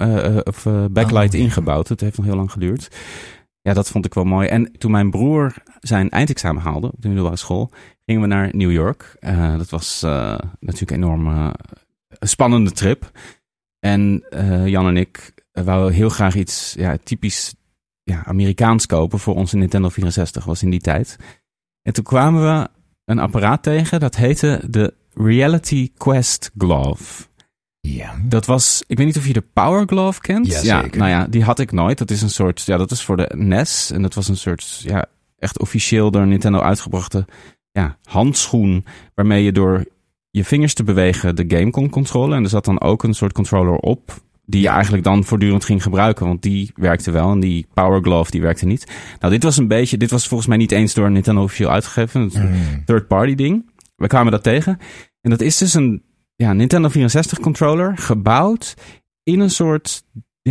backlight ingebouwd. Het heeft nog heel lang geduurd. Ja, dat vond ik wel mooi. En toen mijn broer zijn eindexamen haalde op de middelbare school, gingen we naar New York. Dat was natuurlijk een enorm spannende trip. En Jan en ik wouden heel graag iets typisch Amerikaans kopen voor onze Nintendo 64, was in die tijd. En toen kwamen we een apparaat tegen, dat heette de Reality Quest Glove. Ja. Dat was, ik weet niet of je de Power Glove kent. Ja, zeker. Nou ja, die had ik nooit. Dat is een soort, dat is voor de NES. En dat was een soort, echt officieel door Nintendo uitgebrachte handschoen, waarmee je door je vingers te bewegen de game kon controleren. En er zat dan ook een soort controller op, die je eigenlijk dan voortdurend ging gebruiken. Want die werkte wel en die Power Glove die werkte niet. Nou, dit was volgens mij niet eens door Nintendo officieel uitgegeven. Het is een third-party ding. We kwamen dat tegen. En dat is dus een Nintendo 64 controller gebouwd in een soort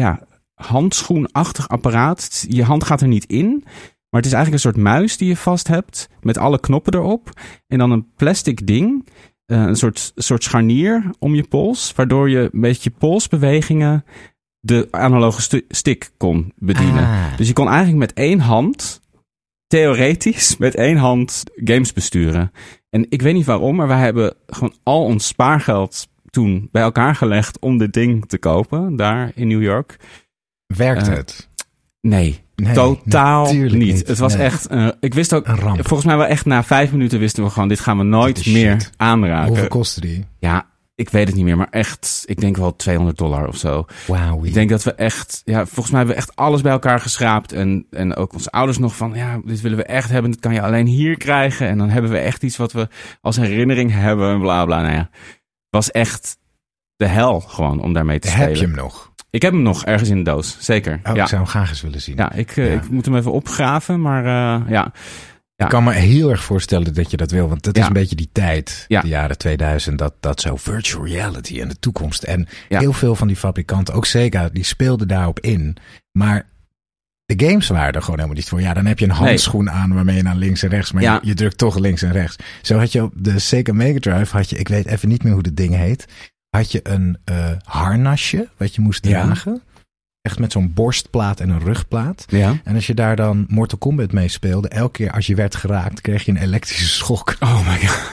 handschoenachtig apparaat. Je hand gaat er niet in, maar het is eigenlijk een soort muis die je vast hebt met alle knoppen erop. En dan een plastic ding, een soort scharnier om je pols, waardoor je met je polsbewegingen de analoge stick kon bedienen. Dus je kon eigenlijk met één hand, theoretisch, met één hand games besturen. En ik weet niet waarom, maar wij hebben gewoon al ons spaargeld toen bij elkaar gelegd om dit ding te kopen, daar in New York. Werkte het? Nee, totaal niet. Niet. Het was echt, ik wist ook, een ramp. Volgens mij wel echt na 5 minuten wisten we gewoon, dit gaan we nooit meer aanraken. Hoeveel kostte die? Ja, ik weet het niet meer, maar echt, ik denk wel $200 of zo. Wauw. Ik denk dat we echt, volgens mij hebben we echt alles bij elkaar geschraapt. En ook onze ouders nog van, dit willen we echt hebben. Dat kan je alleen hier krijgen. En dan hebben we echt iets wat we als herinnering hebben. En bla bla. Nou ja, het was echt de hel gewoon om daarmee te spelen. Heb je hem nog? Ik heb hem nog ergens in de doos, zeker. Ik zou hem graag eens willen zien. Ja, ik moet hem even opgraven, maar ja. Ik kan me heel erg voorstellen dat je dat wil. Want dat is een beetje die tijd, de jaren 2000, dat zo virtual reality en de toekomst. En heel veel van die fabrikanten, ook Sega, die speelden daarop in. Maar de games waren er gewoon helemaal niet voor. Ja, dan heb je een handschoen aan waarmee je naar links en rechts, maar je drukt toch links en rechts. Zo had je op de Sega Mega Drive, ik weet even niet meer hoe dat ding heet, had je een harnasje wat je moest dragen. Echt met zo'n borstplaat en een rugplaat. Ja. En als je daar dan Mortal Kombat mee speelde, elke keer als je werd geraakt, kreeg je een elektrische schok. Oh my god.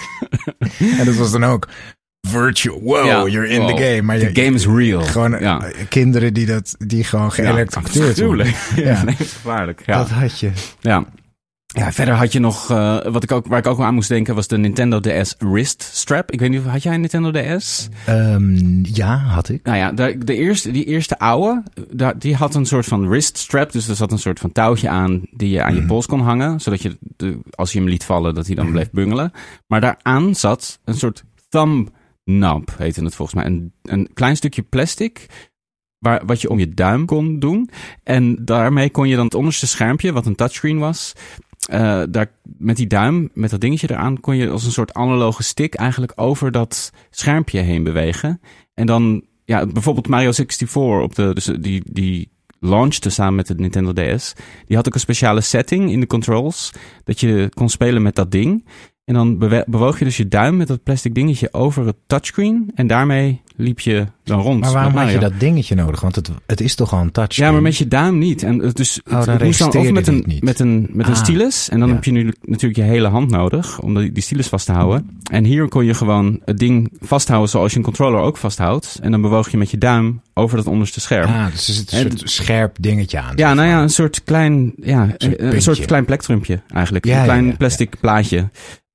En dat was dan ook virtual. Wow, you're in the game. Maar the game is real. Gewoon kinderen die gewoon geëlectrocuteerd worden. Ja, nee, dat is gevaarlijk. Ja. Dat had je. Ja. Ja, verder had je nog, waar ik ook aan moest denken, was de Nintendo DS Wrist Strap. Ik weet niet, had jij een Nintendo DS? Ja, had ik. Nou ja, die eerste oude, die had een soort van wrist strap. Dus er zat een soort van touwtje aan die je aan je pols kon hangen. Zodat je, als je hem liet vallen, dat hij dan bleef bungelen. Maar daaraan zat een soort thumb knob, heette het volgens mij. Een klein stukje plastic, wat je om je duim kon doen. En daarmee kon je dan het onderste schermpje, wat een touchscreen was, daar met die duim, met dat dingetje eraan, kon je als een soort analoge stick eigenlijk over dat schermpje heen bewegen. En dan, bijvoorbeeld Mario 64 dus die launchte samen met de Nintendo DS. Die had ook een speciale setting in de controls, dat je kon spelen met dat ding. En dan bewoog je dus je duim met dat plastic dingetje over het touchscreen. En daarmee liep je dan rond. Maar waarom had je dat dingetje nodig? Want het is toch al een touchscreen? Ja, maar met je duim niet. En dus het moest dan of met een stylus. En dan heb je nu natuurlijk je hele hand nodig om die stylus vast te houden. En hier kon je gewoon het ding vasthouden zoals je een controller ook vasthoudt. En dan bewoog je met je duim over dat onderste scherm. Dus er zit een soort scherp dingetje aan. Ja, nou ja, een soort klein, een soort klein plektrumpje eigenlijk. Een klein plastic plaatje.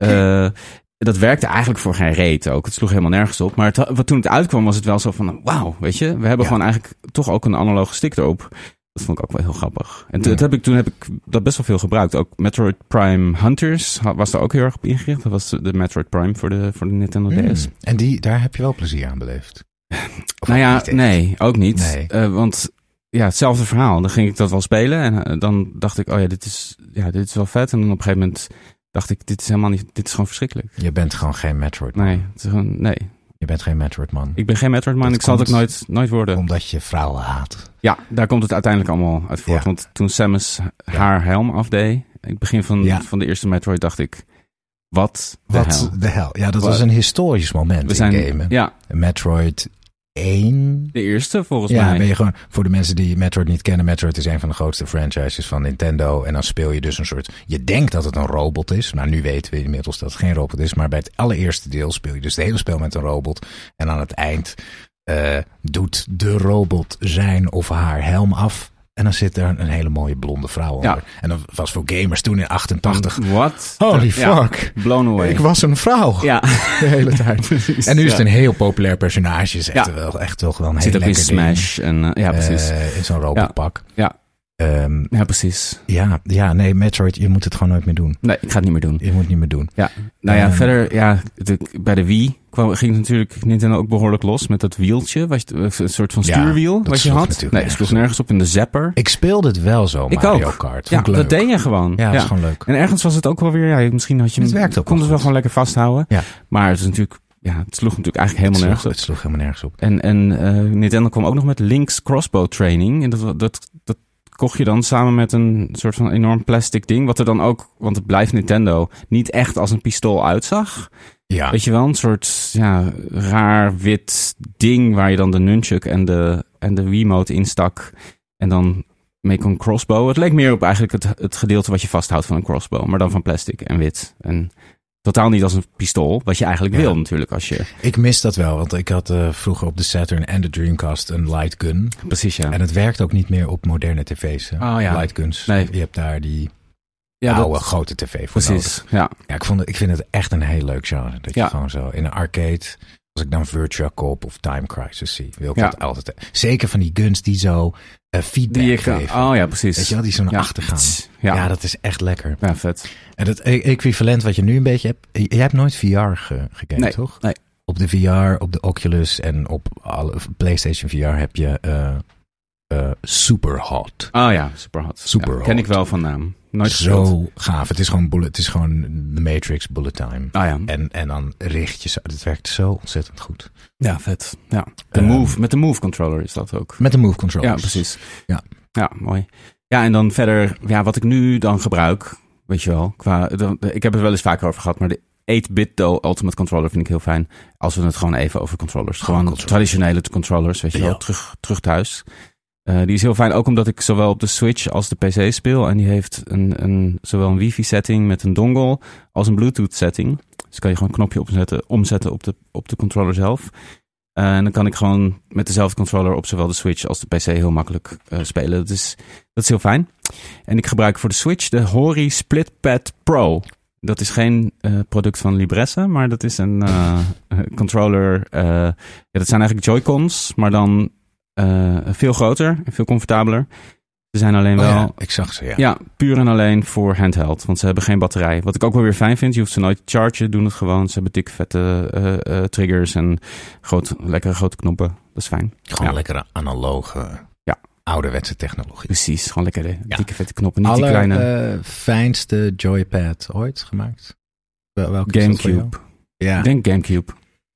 Dat werkte eigenlijk voor geen reet ook. Het sloeg helemaal nergens op. Maar toen het uitkwam was het wel zo van, wauw, weet je. We hebben gewoon eigenlijk toch ook een analoge stick erop. Dat vond ik ook wel heel grappig. En toen heb ik dat best wel veel gebruikt. Ook Metroid Prime Hunters was daar ook heel erg op ingericht. Dat was de Metroid Prime voor de Nintendo DS. En daar heb je wel plezier aan beleefd? Nou ja, nee, ook niet. Nee. Want hetzelfde verhaal. Dan ging ik dat wel spelen en dan dacht ik, dit is wel vet. En dan op een gegeven moment dacht ik, dit is gewoon verschrikkelijk. Je bent gewoon geen Metroid-man. Nee. Je bent geen Metroid-man. Ik ben geen Metroid-man. Ik zal het ook nooit worden. Omdat je vrouwen haat. Ja, daar komt het uiteindelijk allemaal uit voort. Ja. Want toen Samus haar helm afdeed, in het begin van de eerste Metroid, dacht ik, wat de hel. Ja, dat was een historisch moment in gamen. Ja. Metroid 1. De eerste, volgens mij. Ja, ben je gewoon, voor de mensen die Metroid niet kennen, Metroid is een van de grootste franchises van Nintendo. En dan speel je dus een soort, je denkt dat het een robot is, maar nu weten we inmiddels dat het geen robot is. Maar bij het allereerste deel speel je dus het hele spel met een robot. En aan het eind doet de robot zijn of haar helm af. En dan zit er een hele mooie blonde vrouw onder. Ja. En dat was voor gamers toen in 88. What? Holy fuck. Ja, blown away. Ik was een vrouw. Ja. De hele tijd. En nu is het een heel populair personage. Is echt toch wel een heel lekker ding. Zit ook in Smash. En, precies. In zo'n robotpak. Ja. Ja, precies. Ja, nee, Metroid, je moet het gewoon nooit meer doen. Nee, ik ga het niet meer doen. Je moet het niet meer doen. Ja. Verder, bij de Wii ging natuurlijk Nintendo ook behoorlijk los met dat wieltje. Een soort van stuurwiel wat je had. Nee, het sloeg nergens op in de zapper. Ik speelde het wel zo, Mario Kart. Ja, dat deed je gewoon. Ja, dat is gewoon leuk. En ergens was het ook wel weer, misschien had je het werkt ook kon het wel gewoon lekker vasthouden. Ja. Maar het is natuurlijk, het sloeg natuurlijk eigenlijk helemaal nergens op. Het sloeg helemaal nergens op. En Nintendo kwam ook nog met Link's Crossbow Training. En dat kocht je dan samen met een soort van enorm plastic ding. Wat er dan ook, want het blijft Nintendo, niet echt als een pistool uitzag. Ja. Weet je wel, een soort raar wit ding waar je dan de nunchuk en de Wiimote instak. En dan mee kon crossbow. Het leek meer op eigenlijk het gedeelte wat je vasthoudt van een crossbow. Maar dan van plastic en wit. En totaal niet als een pistool, wat je eigenlijk wil natuurlijk als je... Ik mis dat wel, want ik had vroeger op de Saturn en de Dreamcast een light gun. Precies, ja. En het werkt ook niet meer op moderne tv's. Light guns. Nee. Je hebt daar die oude grote tv voor precies, nodig. Ja, ik vind het echt een heel leuk genre. Dat je gewoon zo in een arcade, als ik dan Virtua Cop of Time Crisis zie, wil ik dat altijd. Zeker van die guns die zo feedback geven. Oh ja, precies. Weet je wel, die zo naar achter gaan. Ja, dat is echt lekker. Ja, vet. En het equivalent wat je nu een beetje hebt. Jij hebt nooit VR gekeken, toch? Nee. Op de VR, op de Oculus en op alle PlayStation VR heb je Superhot. Oh ja, Superhot. Ken ik wel van naam. Nooit zo gaaf. Het is gewoon The Matrix Bullet Time. Ah ja. En dan richt je zo. Het werkt zo ontzettend goed. Ja, vet. Ja. Met de Move controller is dat ook. Met de Move controller. Ja, precies. Ja, mooi. Ja, en dan verder, wat ik nu dan gebruik, weet je wel, ik heb het wel eens vaker over gehad, maar de 8-bit Ultimate Controller vind ik heel fijn. Als we het gewoon even over controllers. Gewoon traditionele controllers, weet je wel, terug thuis. Die is heel fijn, ook omdat ik zowel op de Switch als de PC speel. En die heeft zowel een wifi setting met een dongle als een Bluetooth setting. Dus kan je gewoon een knopje omzetten op de controller zelf. En dan kan ik gewoon met dezelfde controller op zowel de Switch als de PC heel makkelijk spelen. Dat is heel fijn. En ik gebruik voor de Switch de Hori SplitPad Pro. Dat is geen product van Libresse, maar dat is een controller. Dat zijn eigenlijk Joy-Cons, maar dan veel groter en veel comfortabeler. Ze zijn alleen wel... Ja, ik zag ze, ja. Ja, puur en alleen voor handheld, want ze hebben geen batterij. Wat ik ook wel weer fijn vind, je hoeft ze nooit te chargen, doen het gewoon. Ze hebben dikke vette triggers en lekkere grote knoppen. Dat is fijn. Gewoon lekkere analoge, ouderwetse technologie. Precies, gewoon lekkere dikke vette knoppen. Niet die kleine... fijnste Joypad ooit gemaakt? Welke GameCube. Ja. Ik denk GameCube.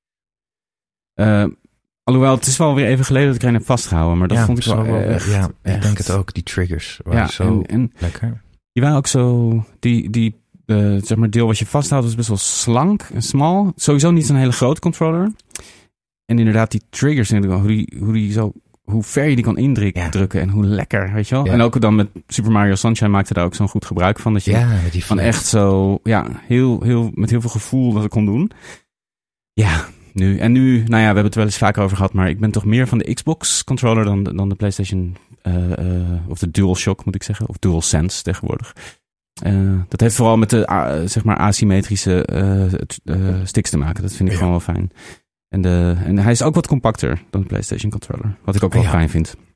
Alhoewel, het is wel weer even geleden dat ik erin heb vastgehouden. Maar dat vond ik wel echt. Ja, ik denk het ook. Die triggers waren zo lekker. Die waren ook zo... zeg maar deel wat je vasthoudt was best wel slank en smal. Sowieso niet een hele grote controller. En inderdaad, die triggers, hoe ver je die kan indrukken en hoe lekker, weet je wel. Ja. En ook dan met Super Mario Sunshine maakte daar ook zo'n goed gebruik van. Dat je van echt zo, heel, met heel veel gevoel dat ik kon doen. Ja, nu, we hebben het wel eens vaker over gehad, maar ik ben toch meer van de Xbox controller dan de PlayStation, of de DualShock moet ik zeggen, of DualSense tegenwoordig. Dat heeft vooral met de asymmetrische sticks te maken. Dat vind ik gewoon wel fijn. En hij is ook wat compacter dan de PlayStation controller, wat ik ook wel fijn vind.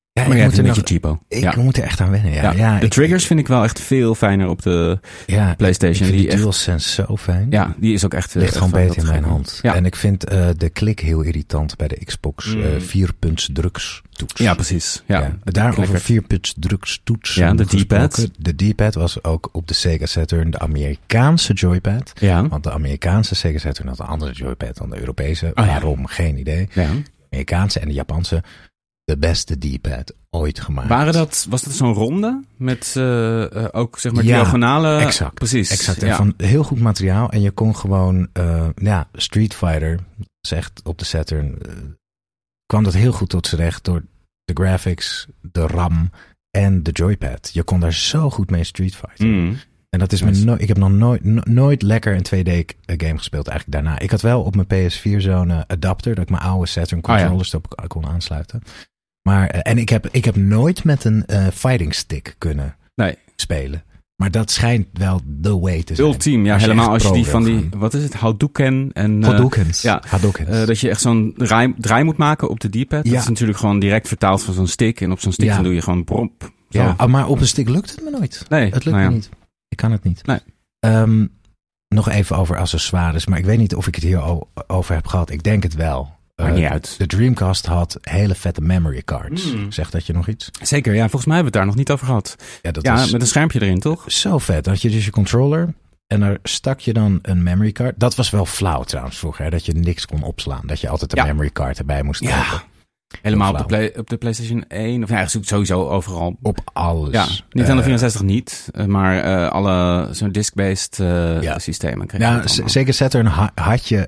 Ja, Maar jij vindt het een beetje cheapo. Ik moet er echt aan wennen, De triggers vind ik wel echt veel fijner op de PlayStation. Ik vind die DualSense zo fijn. Ja, die is ook echt... Ligt gewoon beter in mijn hand. Ja. En ik vind de klik heel irritant bij de Xbox 4-puntsdrukstoets. Ja, precies. Ja. Daarover 4-puntsdrukstoets. Ja, de D-pad. De D-pad was ook op de Sega Saturn de Amerikaanse joypad. Ja. Want de Amerikaanse Sega Saturn had een andere joypad dan de Europese. Waarom? Geen idee. Ja. De Amerikaanse en de Japanse, de beste D-pad ooit gemaakt. Was dat zo'n ronde? Met ook zeg maar diagonale... Exact. Precies. Exact. En van heel goed materiaal. En je kon gewoon... Street Fighter, zegt op de Saturn... kwam dat heel goed tot z'n recht door de graphics, de RAM en de joypad. Je kon daar zo goed mee Street Fighter. En dat is ik heb nog nooit lekker een 2D-game gespeeld eigenlijk daarna. Ik had wel op mijn PS4 zo'n adapter... dat ik mijn oude Saturn controllers erop kon aansluiten. Maar, en ik heb nooit met een fighting stick kunnen spelen. Maar dat schijnt wel the way te zijn. Ultiem, ja, helemaal als je die van die... Wat is het? Hadouken en... Hadoukens. Dat je echt zo'n draai moet maken op de D-pad. Dat is natuurlijk gewoon direct vertaald van zo'n stick. En op zo'n stick dan doe je gewoon promp. Ja, maar op een stick lukt het me nooit. Nee. Het lukt me niet. Ik kan het niet. Nee. Nog even over accessoires. Maar ik weet niet of ik het hier over heb gehad. Ik denk het wel. Maakt niet uit. De Dreamcast had hele vette memory cards. Zegt dat je nog iets? Zeker, ja. Volgens mij hebben we het daar nog niet over gehad. Ja, met een schermpje erin, toch? Zo vet. Dan had je dus je controller en daar stak je dan een memory card. Dat was wel flauw trouwens vroeger, hè, dat je niks kon opslaan. Dat je altijd een memory card erbij moest hebben. Helemaal op de PlayStation 1. Of sowieso overal. Op alles. Ja, Nintendo 64 niet. Maar alle zo'n disc-based systemen. Zeker Saturn had je...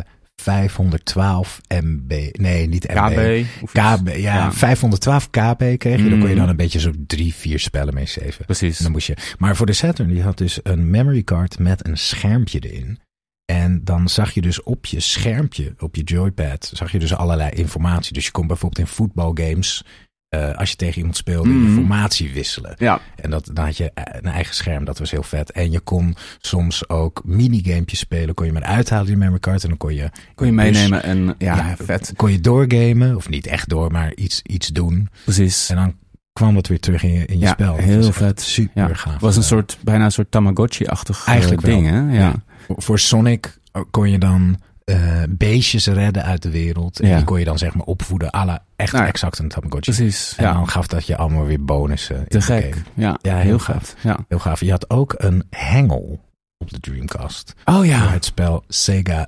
512 MB. Nee, niet MB. KB. Ja, 512 KB kreeg je. Dan kon je dan een beetje zo 3-4 spellen mee saven. Precies. En dan moest je. Maar voor de Saturn, die had dus een memory card met een schermpje erin. En dan zag je dus op je schermpje, op je joypad, zag je dus allerlei informatie. Dus je kon bijvoorbeeld in voetbalgames, als je tegen iemand speelde, informatie wisselen. Ja. En dan had je een eigen scherm, dat was heel vet. En je kon soms ook minigamepjes spelen. Kon je met uithalen die memory card en dan kon je meenemen en vet. Kon je doorgamen, of niet echt door, maar iets doen. Precies. En dan kwam dat weer terug in je spel. Heel vet. Super gaaf. Het was bijna een soort Tamagotchi-achtig eigenlijk ding, wel. Hè? Ja. Voor Sonic kon je dan beestjes redden uit de wereld. En die kon je dan zeg maar opvoeden. Exact een Tamagotchi. Precies. En dan gaf dat je allemaal weer bonussen. Te gek. Ja, heel gaaf. Ja. Heel gaaf. Je had ook een hengel op de Dreamcast. Oh ja. Voor het spel Sega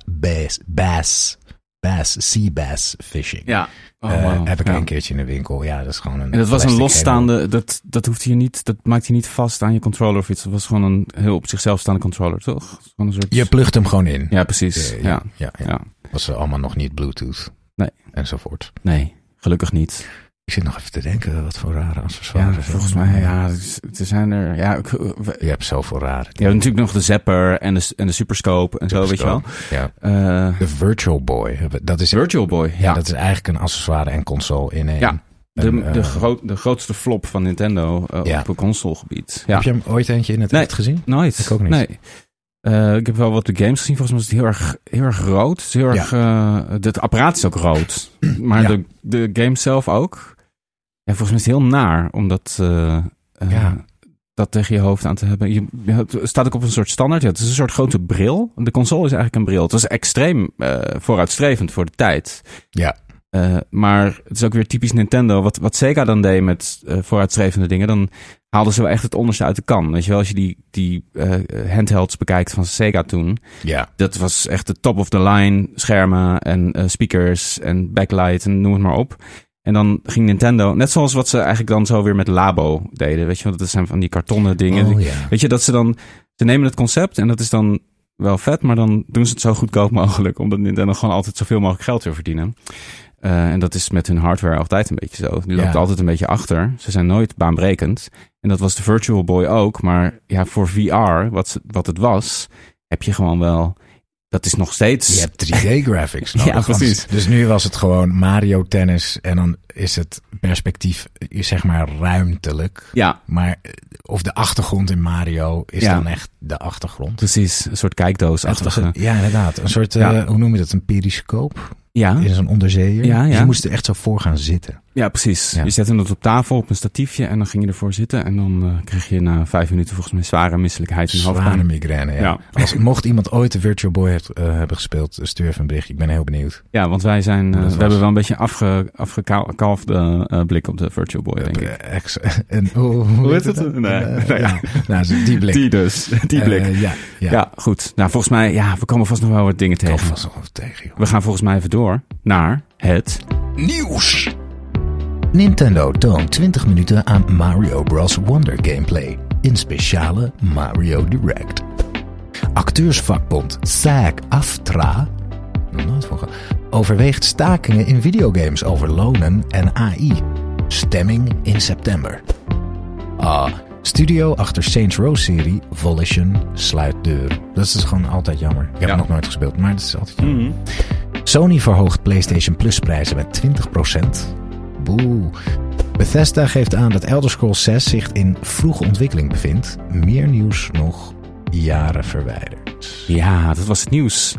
Sea Bass Fishing. Ja. Heb ik een keertje in de winkel. Ja, dat is gewoon een. En dat was een losstaande. Dat hoeft je niet. Dat maakt je niet vast aan je controller of iets. Dat was gewoon een heel op zichzelf staande controller, toch? Gewoon een soort... Je plugt hem gewoon in. Ja, precies. Ja. Was allemaal nog niet Bluetooth. Nee. Enzovoort. Nee, gelukkig niet. Ik zit nog even te denken, wat voor rare accessoires. Ja, volgens mij, er zijn er... Ja, je hebt zoveel rare. Je hebt natuurlijk nog de Zapper en de Superscope en zo, weet je wel. Ja. De Virtual Boy. Virtual Boy, ja. Dat is eigenlijk een accessoire en console in één. Ja. De grootste flop van Nintendo op een consolegebied. Ja. Heb je hem ooit eentje in het echt gezien? Nooit. Ik ook niet. Nee. Ik heb wel wat de games gezien. Volgens mij is het heel erg rood. Het is heel erg, het apparaat is ook rood. Maar de game zelf ook. Ja, volgens mij is het heel naar om dat tegen je hoofd aan te hebben. Het staat ook op een soort standaard. Ja, het is een soort grote bril. De console is eigenlijk een bril. Het was extreem vooruitstrevend voor de tijd. Ja. Maar het is ook weer typisch Nintendo. Wat Sega dan deed met vooruitstrevende dingen, dan haalden ze wel echt het onderste uit de kan. Weet je wel, als je die handhelds bekijkt van Sega toen. Ja. Dat was echt de top of the line schermen en speakers en backlight en noem het maar op. En dan ging Nintendo, net zoals wat ze eigenlijk dan zo weer met Labo deden. Weet je wel, dat zijn van die kartonnen dingen. Oh, yeah. Weet je, dat ze nemen het concept en dat is dan wel vet, maar dan doen ze het zo goedkoop mogelijk. Omdat Nintendo gewoon altijd zoveel mogelijk geld wil verdienen. En dat is met hun hardware altijd een beetje zo. Die loopt altijd een beetje achter. Ze zijn nooit baanbrekend. En dat was de Virtual Boy ook. Maar ja, voor VR, wat het was, heb je gewoon wel... Dat is nog steeds... Je hebt 3D-graphics nodig. Ja, precies. Dus nu was het gewoon Mario Tennis en dan is het perspectief, zeg maar, ruimtelijk. Ja. Maar of de achtergrond in Mario is dan echt de achtergrond. Precies, een soort kijkdoos-achtige. Ja, inderdaad. Een soort, hoe noem je dat, een periscoop? Ja. In zo'n onderzeeër. Ja, ja. Dus je moest er echt zo voor gaan zitten. Ja, precies. Ja. Je zette het op tafel op een statiefje en dan ging je ervoor zitten. En dan kreeg je na 5 minuten volgens mij zware misselijkheid in de hoofdpijn. Zware migraine, ja. Mocht iemand ooit de Virtual Boy hebben gespeeld, stuur even een bericht. Ik ben heel benieuwd. Ja, want wij zijn, we hebben wel een beetje afgekalfde blik op de Virtual Boy, denk ik. Hoe heet het? Nee. Die blik. Die dus, die blik. Ja, goed. Nou, volgens mij, we komen vast nog wel wat dingen tegen. Vast nog wat tegen, joh. We gaan volgens mij even door naar het nieuws. Nintendo toont 20 minuten aan Mario Bros. Wonder gameplay in speciale Mario Direct. Acteursvakbond SAG-AFTRA overweegt stakingen in videogames over lonen en AI. Stemming in september. Studio achter Saints Row-serie Volition sluit deur. Dat is gewoon altijd jammer. Ik heb het nog nooit gespeeld, maar dat is altijd jammer. Mm-hmm. Sony verhoogt PlayStation Plus prijzen met 20%. Boe. Bethesda geeft aan dat Elder Scrolls 6 zich in vroege ontwikkeling bevindt. Meer nieuws nog jaren verwijderd. Ja, dat was het nieuws.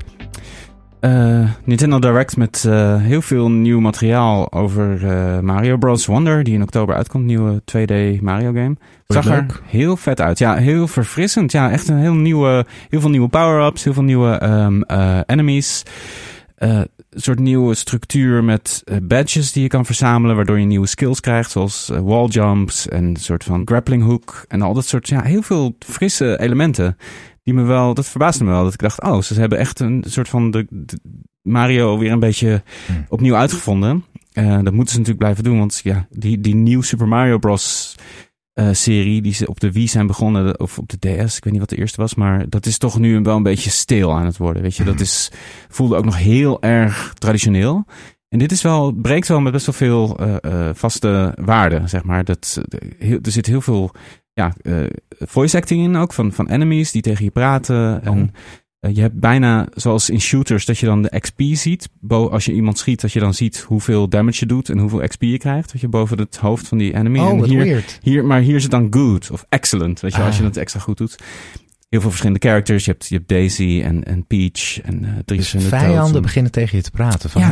Nintendo Direct met heel veel nieuw materiaal over Mario Bros. Wonder, die in oktober uitkomt. Nieuwe 2D Mario game. Zag er heel vet uit. Ja, heel verfrissend. Ja, echt een heel veel nieuwe power-ups, heel veel nieuwe enemies. Een soort nieuwe structuur met badges die je kan verzamelen, waardoor je nieuwe skills krijgt, zoals wall jumps en een soort van grappling hook en al dat soort, heel veel frisse elementen. Dat verbaasde me wel, dat ik dacht, ze hebben echt een soort van de Mario weer een beetje opnieuw uitgevonden. Dat moeten ze natuurlijk blijven doen, want die nieuwe Super Mario Bros. Serie die ze op de Wii zijn begonnen, of op de DS, ik weet niet wat de eerste was, maar dat is toch nu wel een beetje stil aan het worden, weet je. Dat voelde ook nog heel erg traditioneel. En dit breekt wel met best wel veel vaste waarden, zeg maar. Er zit heel veel voice acting in ook, van enemies die tegen je praten. En je hebt bijna, zoals in shooters, dat je dan de XP ziet. Als je iemand schiet, dat je dan ziet hoeveel damage je doet en hoeveel XP je krijgt. Weet je, boven het hoofd van die enemy. Wat weird. Maar hier is het dan good of excellent, weet je, als je het extra goed doet. Heel veel verschillende characters. Je hebt Daisy en Peach en drie verschillende vijanden beginnen tegen je te praten. Van,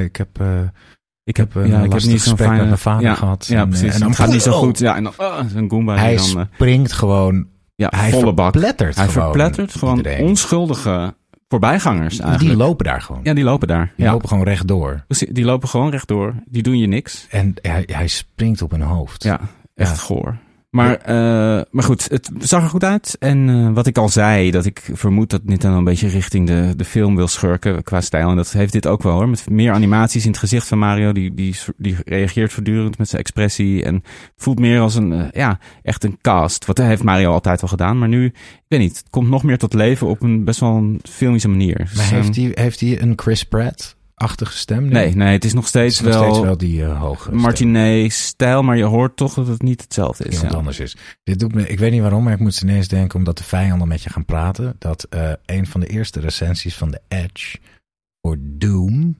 ik heb een niet zo'n gesprek met mijn vader gehad. Ja, precies. En dan gaat niet zo goed. Ja, en dan zo'n Goomba. Hij springt gewoon. Hij volle bak. Hij verplettert gewoon onschuldige voorbijgangers eigenlijk. Die lopen daar gewoon. Ja, die lopen daar. Die lopen gewoon rechtdoor. Die lopen gewoon rechtdoor. Die doen je niks. En hij springt op hun hoofd. Ja, echt goor. Maar goed, het zag er goed uit. En wat ik al zei, dat ik vermoed dat Nintendo een beetje richting de film wil schurken qua stijl. En dat heeft dit ook wel hoor. Met meer animaties in het gezicht van Mario. Die reageert voortdurend met zijn expressie. En voelt meer als echt een cast. Wat heeft Mario altijd al gedaan. Maar nu, ik weet niet, het komt nog meer tot leven op een best wel een filmische manier. Maar heeft hij een Chris Pratt-achtige stem nu? Nee, het is nog steeds wel die hoge Martinet-stijl, maar je hoort toch dat het niet hetzelfde is. Iemand anders is. Dit doet me, ik weet niet waarom, maar ik moet ineens denken, omdat de vijanden met je gaan praten, dat een van de eerste recensies van de Edge voor Doom,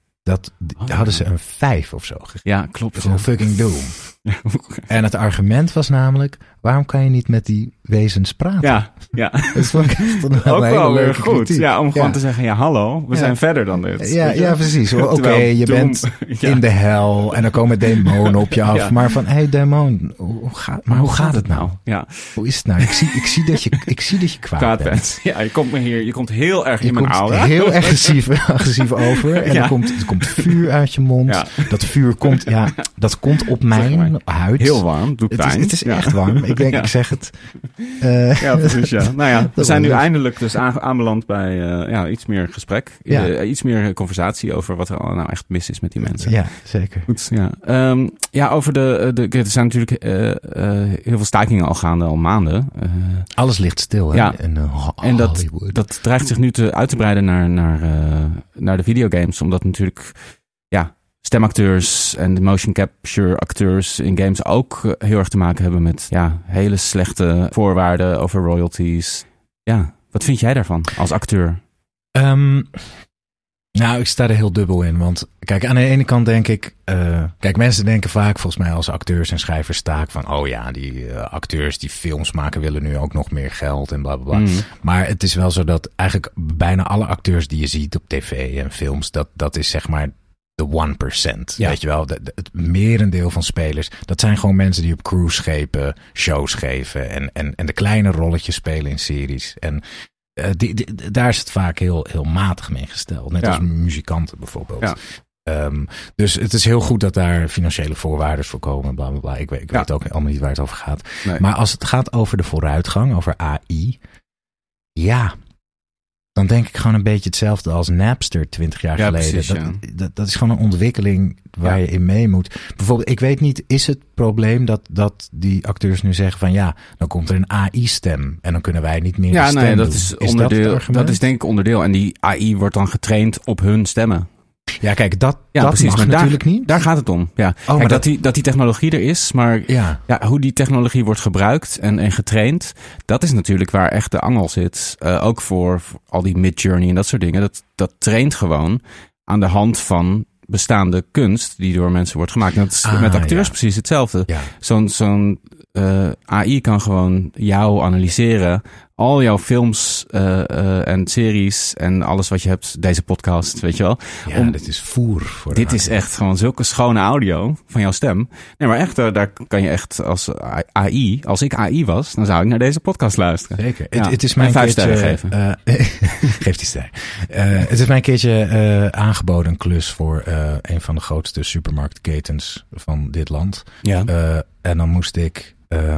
hadden ze een 5 of zo gegeven. Ja, klopt. Gewoon fucking Doom. En het argument was namelijk, waarom kan je niet met die wezens praten? Ja. Dat vond ik echt een ook wel weer goed. Kritiek. Ja, om gewoon te zeggen, hallo, we zijn verder dan dit. Ja, precies. Oké, je bent in de hel en dan komen demonen op je af. Ja. Maar van, demon, hoe gaat het nou? Ja. Hoe is het nou? Ik zie dat je kwaad bent. Ja, je komt heel erg in mijn aura. Heel agressief over. En er komt vuur uit je mond. Ja. Dat vuur komt, dat komt op mijn huid. Heel warm, doet pijn. Het is echt warm. Ik denk, ik zeg het. Ja, precies, ja. Nou ja, we zijn nu eindelijk dus aanbeland bij iets meer gesprek. Ja. Iets meer conversatie over wat er nou echt mis is met die mensen. Ja, zeker. Goed, ja. Over er zijn natuurlijk heel veel stakingen al gaande, al maanden. Alles ligt stil, hè? Ja. En dat dreigt zich nu uit te breiden naar de videogames. Omdat natuurlijk, stemacteurs en de motion capture acteurs in games ook heel erg te maken hebben met hele slechte voorwaarden over royalties. Ja, wat vind jij daarvan als acteur? Nou, ik sta er heel dubbel in. Want kijk, aan de ene kant denk ik... mensen denken vaak volgens mij als acteurs en schrijvers staak van... die acteurs die films maken willen nu ook nog meer geld en blablabla. Bla, bla. Maar het is wel zo dat eigenlijk bijna alle acteurs die je ziet op tv en films... dat is zeg maar... de 1%. Ja. Weet je wel, het merendeel van spelers, dat zijn gewoon mensen die op cruiseschepen shows geven en de kleine rolletjes spelen in series. En daar is het vaak heel matig mee gesteld. Net als muzikanten bijvoorbeeld. Ja. Dus het is heel goed dat daar financiële voorwaarden voor komen. Bla, bla, bla. Ik weet ook allemaal niet waar het over gaat. Nee. Maar als het gaat over de vooruitgang, over AI. Ja, dan denk ik gewoon een beetje hetzelfde als Napster 20 jaar geleden. Precies, dat is gewoon een ontwikkeling waar je in mee moet. Bijvoorbeeld, ik weet niet, is het probleem dat die acteurs nu zeggen van dan komt er een AI-stem en dan kunnen wij niet meer de stem doen. Dat is onderdeel. Dat is denk ik onderdeel. En die AI wordt dan getraind op hun stemmen. Ja, kijk, dat precies, mag maar natuurlijk niet. Daar gaat het om. Ja. Kijk, dat die technologie er is, maar hoe die technologie wordt gebruikt en getraind, dat is natuurlijk waar echt de angel zit. Ook voor al die Midjourney en dat soort dingen. Dat traint gewoon aan de hand van bestaande kunst die door mensen wordt gemaakt. En dat is met acteurs precies hetzelfde. Ja. Zo'n AI kan gewoon jou analyseren, al jouw films en series en alles wat je hebt, deze podcast, weet je wel. Ja, dit is voer voor dit is echt gewoon zulke schone audio van jouw stem. Nee, maar echt, daar kan je echt als AI, als ik AI was, dan zou ik naar deze podcast luisteren. Zeker. Het is mijn 5 sterren geven. Geef die ster. Het is mij een keertje aangeboden, een klus voor een van de grootste supermarktketens van dit land. Ja. En dan moest ik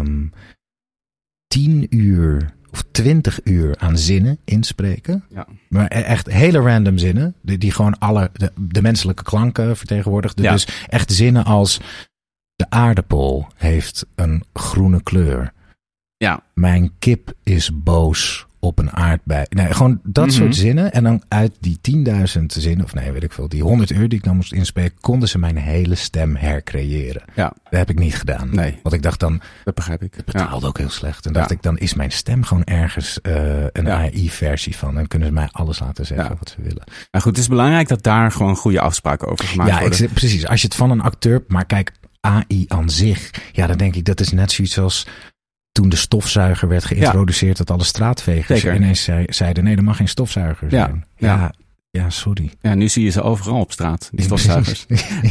10 uur of 20 uur aan zinnen inspreken. Ja. Maar echt hele random zinnen. Die gewoon alle de menselijke klanken vertegenwoordigden. Ja. Dus echt zinnen als: de aardappel heeft een groene kleur. Ja. Mijn kip is boos op een aardbei. Nee, gewoon dat soort zinnen. En dan uit die 10.000 zinnen, of weet ik veel, die 100 uur die ik dan moest inspreken, konden ze mijn hele stem hercreëren. Ja. Dat heb ik niet gedaan. Nee. Want ik dacht dan, dat begrijp ik. Het betaalde ook heel slecht. En dacht ik, dan is mijn stem gewoon ergens een AI-versie van. En kunnen ze mij alles laten zeggen wat ze willen. Nou goed, het is belangrijk dat daar gewoon goede afspraken over gemaakt worden. Precies. Als je het van een acteur, maar kijk, AI aan zich, dan denk ik, dat is net zoiets als toen de stofzuiger werd geïntroduceerd, dat alle straatvegers ineens zeiden, nee, er mag geen stofzuiger zijn. Ja, sorry. Ja, nu zie je ze overal op straat, die stofzuigers.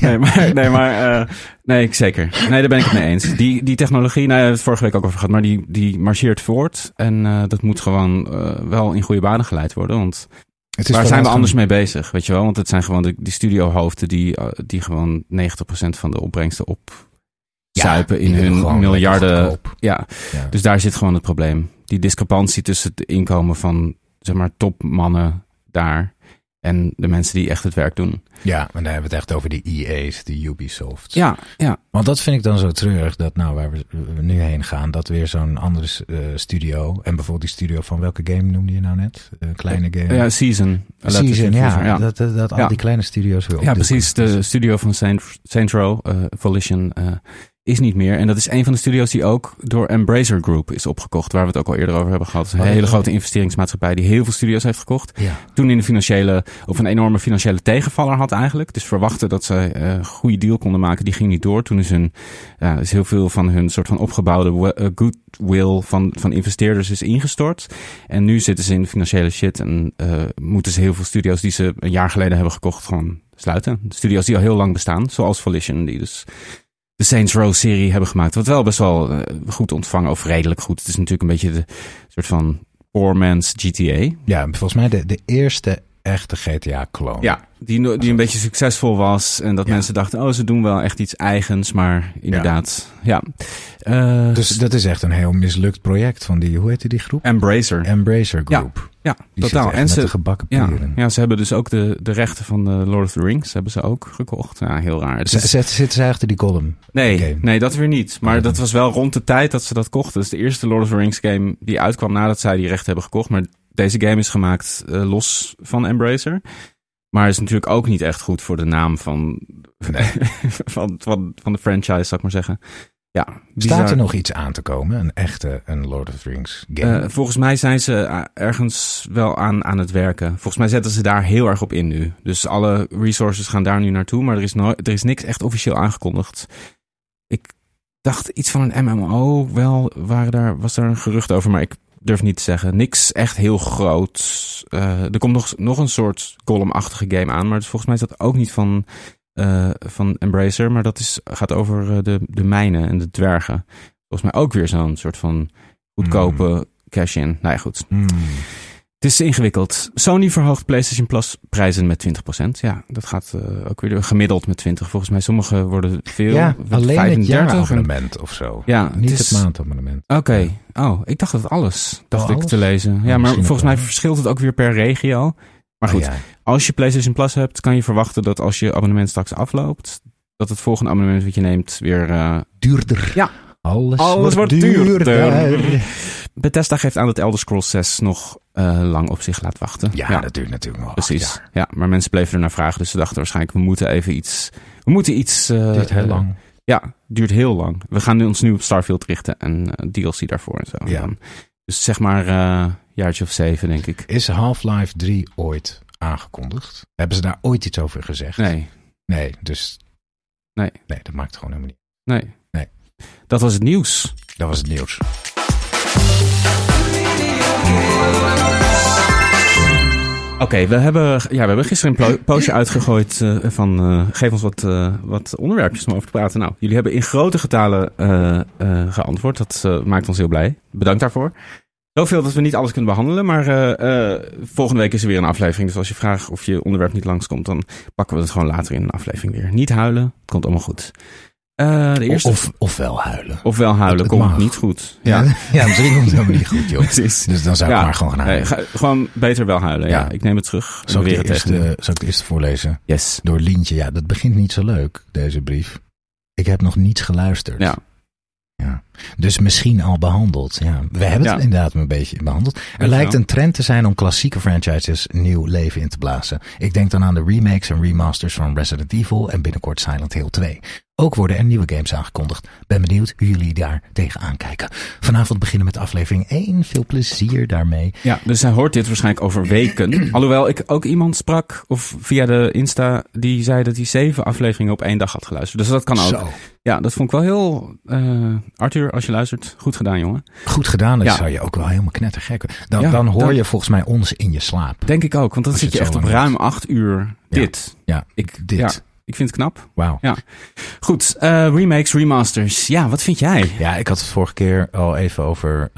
Nee, zeker. Nee, daar ben ik het mee eens. Die technologie, daar hebben we het vorige week ook over gehad, maar die marcheert voort. En dat moet gewoon wel in goede banen geleid worden, want waar zijn we anders mee bezig, weet je wel? Want het zijn gewoon die studiohoofden die gewoon 90% van de opbrengsten zuipen in hun miljarden. Ja, dus daar zit gewoon het probleem. Die discrepantie tussen het inkomen van, zeg maar, topmannen daar en de mensen die echt het werk doen. Ja, maar daar hebben we het echt over die EA's, die Ubisofts. Ja. Want dat vind ik dan zo treurig, dat waar we nu heen gaan, dat weer zo'n andere studio, en bijvoorbeeld die studio van welke game noemde je nou net? Kleine game? Ja, Season, dat al die kleine studio's weer opdoeken. Ja, precies. De studio van Saints Row, Volition, is niet meer. En dat is een van de studio's die ook door Embracer Group is opgekocht, waar we het ook al eerder over hebben gehad. Een hele grote investeringsmaatschappij die heel veel studio's heeft gekocht. Ja. Toen in een enorme financiële tegenvaller had eigenlijk. Dus verwachten dat ze een goede deal konden maken, die ging niet door. Toen is heel veel van hun soort van opgebouwde goodwill van investeerders is ingestort. En nu zitten ze in financiële shit en moeten ze heel veel studio's die ze een jaar geleden hebben gekocht gewoon sluiten. Studio's die al heel lang bestaan, zoals Volition, die dus de Saints Row serie hebben gemaakt. Wat wel best wel goed ontvangen, of redelijk goed. Het is natuurlijk een beetje de soort van poor man's GTA. Ja, volgens mij de eerste echte GTA-kloon. Ja, die een beetje succesvol was. En dat mensen dachten, ze doen wel echt iets eigens. Maar inderdaad, dus dat is echt een heel mislukt project van die, hoe heette die groep? Embracer Group. Ja, die totaal. En ze gebakken peren. Ja, ze hebben dus ook de rechten van de Lord of the Rings hebben ze ook gekocht. Ja, heel raar. Zitten ze achter die column? Nee, dat weer niet. Maar dat was wel rond de tijd dat ze dat kochten. Dus de eerste Lord of the Rings game die uitkwam nadat zij die rechten hebben gekocht. Maar deze game is gemaakt los van Embracer. Maar is natuurlijk ook niet echt goed voor de naam van de franchise, zou ik maar zeggen. Ja, staat er nog iets aan te komen? Een Lord of the Rings game? Volgens mij zijn ze ergens wel aan het werken. Volgens mij zetten ze daar heel erg op in nu. Dus alle resources gaan daar nu naartoe. Maar er is niks echt officieel aangekondigd. Ik dacht iets van een MMO wel. Was daar een gerucht over, maar ik durf niet te zeggen. Niks echt heel groot. Er komt nog een soort Gollum-achtige game aan. Maar volgens mij is dat ook niet van van Embracer. Maar dat gaat over de mijnen en de dwergen. Volgens mij ook weer zo'n soort van goedkope cash-in. Nou ja, goed. Het is ingewikkeld. Sony verhoogt PlayStation Plus prijzen met 20%. Ja, dat gaat ook weer gemiddeld met 20%. Volgens mij sommige worden veel. Ja, alleen 35 het jaarabonnement of zo. Ja, niet het maandabonnement. Oké. Oh, ik dacht dat alles. Dacht ik alles? Te lezen. Ja, maar volgens mij verschilt het ook weer per regio. Maar goed, als je PlayStation Plus hebt, kan je verwachten dat als je abonnement straks afloopt, dat het volgende abonnement wat je neemt weer duurder. Ja. Alles wordt duurder. Bethesda geeft aan dat Elder Scrolls 6 nog lang op zich laat wachten. Ja, dat duurt natuurlijk nog. Precies. Ja, maar mensen bleven ernaar vragen. Dus ze dachten waarschijnlijk, we moeten iets... duurt heel lang. Ja, duurt heel lang. We gaan ons nu op Starfield richten en DLC daarvoor en zo. Ja. Dus zeg maar jaartje of 7, denk ik. Is Half-Life 3 ooit aangekondigd? Hebben ze daar ooit iets over gezegd? Nee, dus... Nee, dat maakt gewoon helemaal niet. Nee. Dat was het nieuws. Oké, we hebben gisteren een postje uitgegooid van geef ons wat onderwerpjes om over te praten. Nou, jullie hebben in grote getalen geantwoord. Dat maakt ons heel blij. Bedankt daarvoor. Zoveel dat we niet alles kunnen behandelen, maar volgende week is er weer een aflevering. Dus als je vraagt of je onderwerp niet langskomt, dan pakken we het gewoon later in een aflevering weer. Niet huilen, het komt allemaal goed. De eerste... Of wel huilen. Of wel huilen, komt niet goed. Ja, misschien komt het helemaal niet goed, joh. Precies. Dus dan zou ik maar gewoon gaan huilen. Gewoon beter wel huilen, ja. Ik neem het terug. Zal ik de eerste voorlezen? Yes. Door Lientje. Ja, dat begint niet zo leuk, deze brief. Ik heb nog niets geluisterd. Ja. Dus misschien al behandeld. Ja, we hebben het inderdaad een beetje behandeld. Er lijkt een trend te zijn om klassieke franchises nieuw leven in te blazen. Ik denk dan aan de remakes en remasters van Resident Evil en binnenkort Silent Hill 2. Ook worden er nieuwe games aangekondigd. Ben benieuwd hoe jullie daar tegenaan kijken. Vanavond beginnen met aflevering 1. Veel plezier daarmee. Ja, dus hij hoort dit waarschijnlijk over weken. Alhoewel ik ook iemand sprak, of via de Insta, die zei dat hij 7 afleveringen op 1 dag had geluisterd. Dus dat kan ook. Zo. Ja, dat vond ik wel heel... Arthur, als je luistert, goed gedaan, jongen. Goed gedaan, dat zou je ook wel helemaal knettergek. Dan hoor je volgens mij ons in je slaap. Denk ik ook, want dan zit je echt op ruim 8 uur dit. Ja, dit. Ik vind het knap. Wauw. Ja. Goed, remakes, remasters. Ja, wat vind jij? Ja, ik had het vorige keer al even over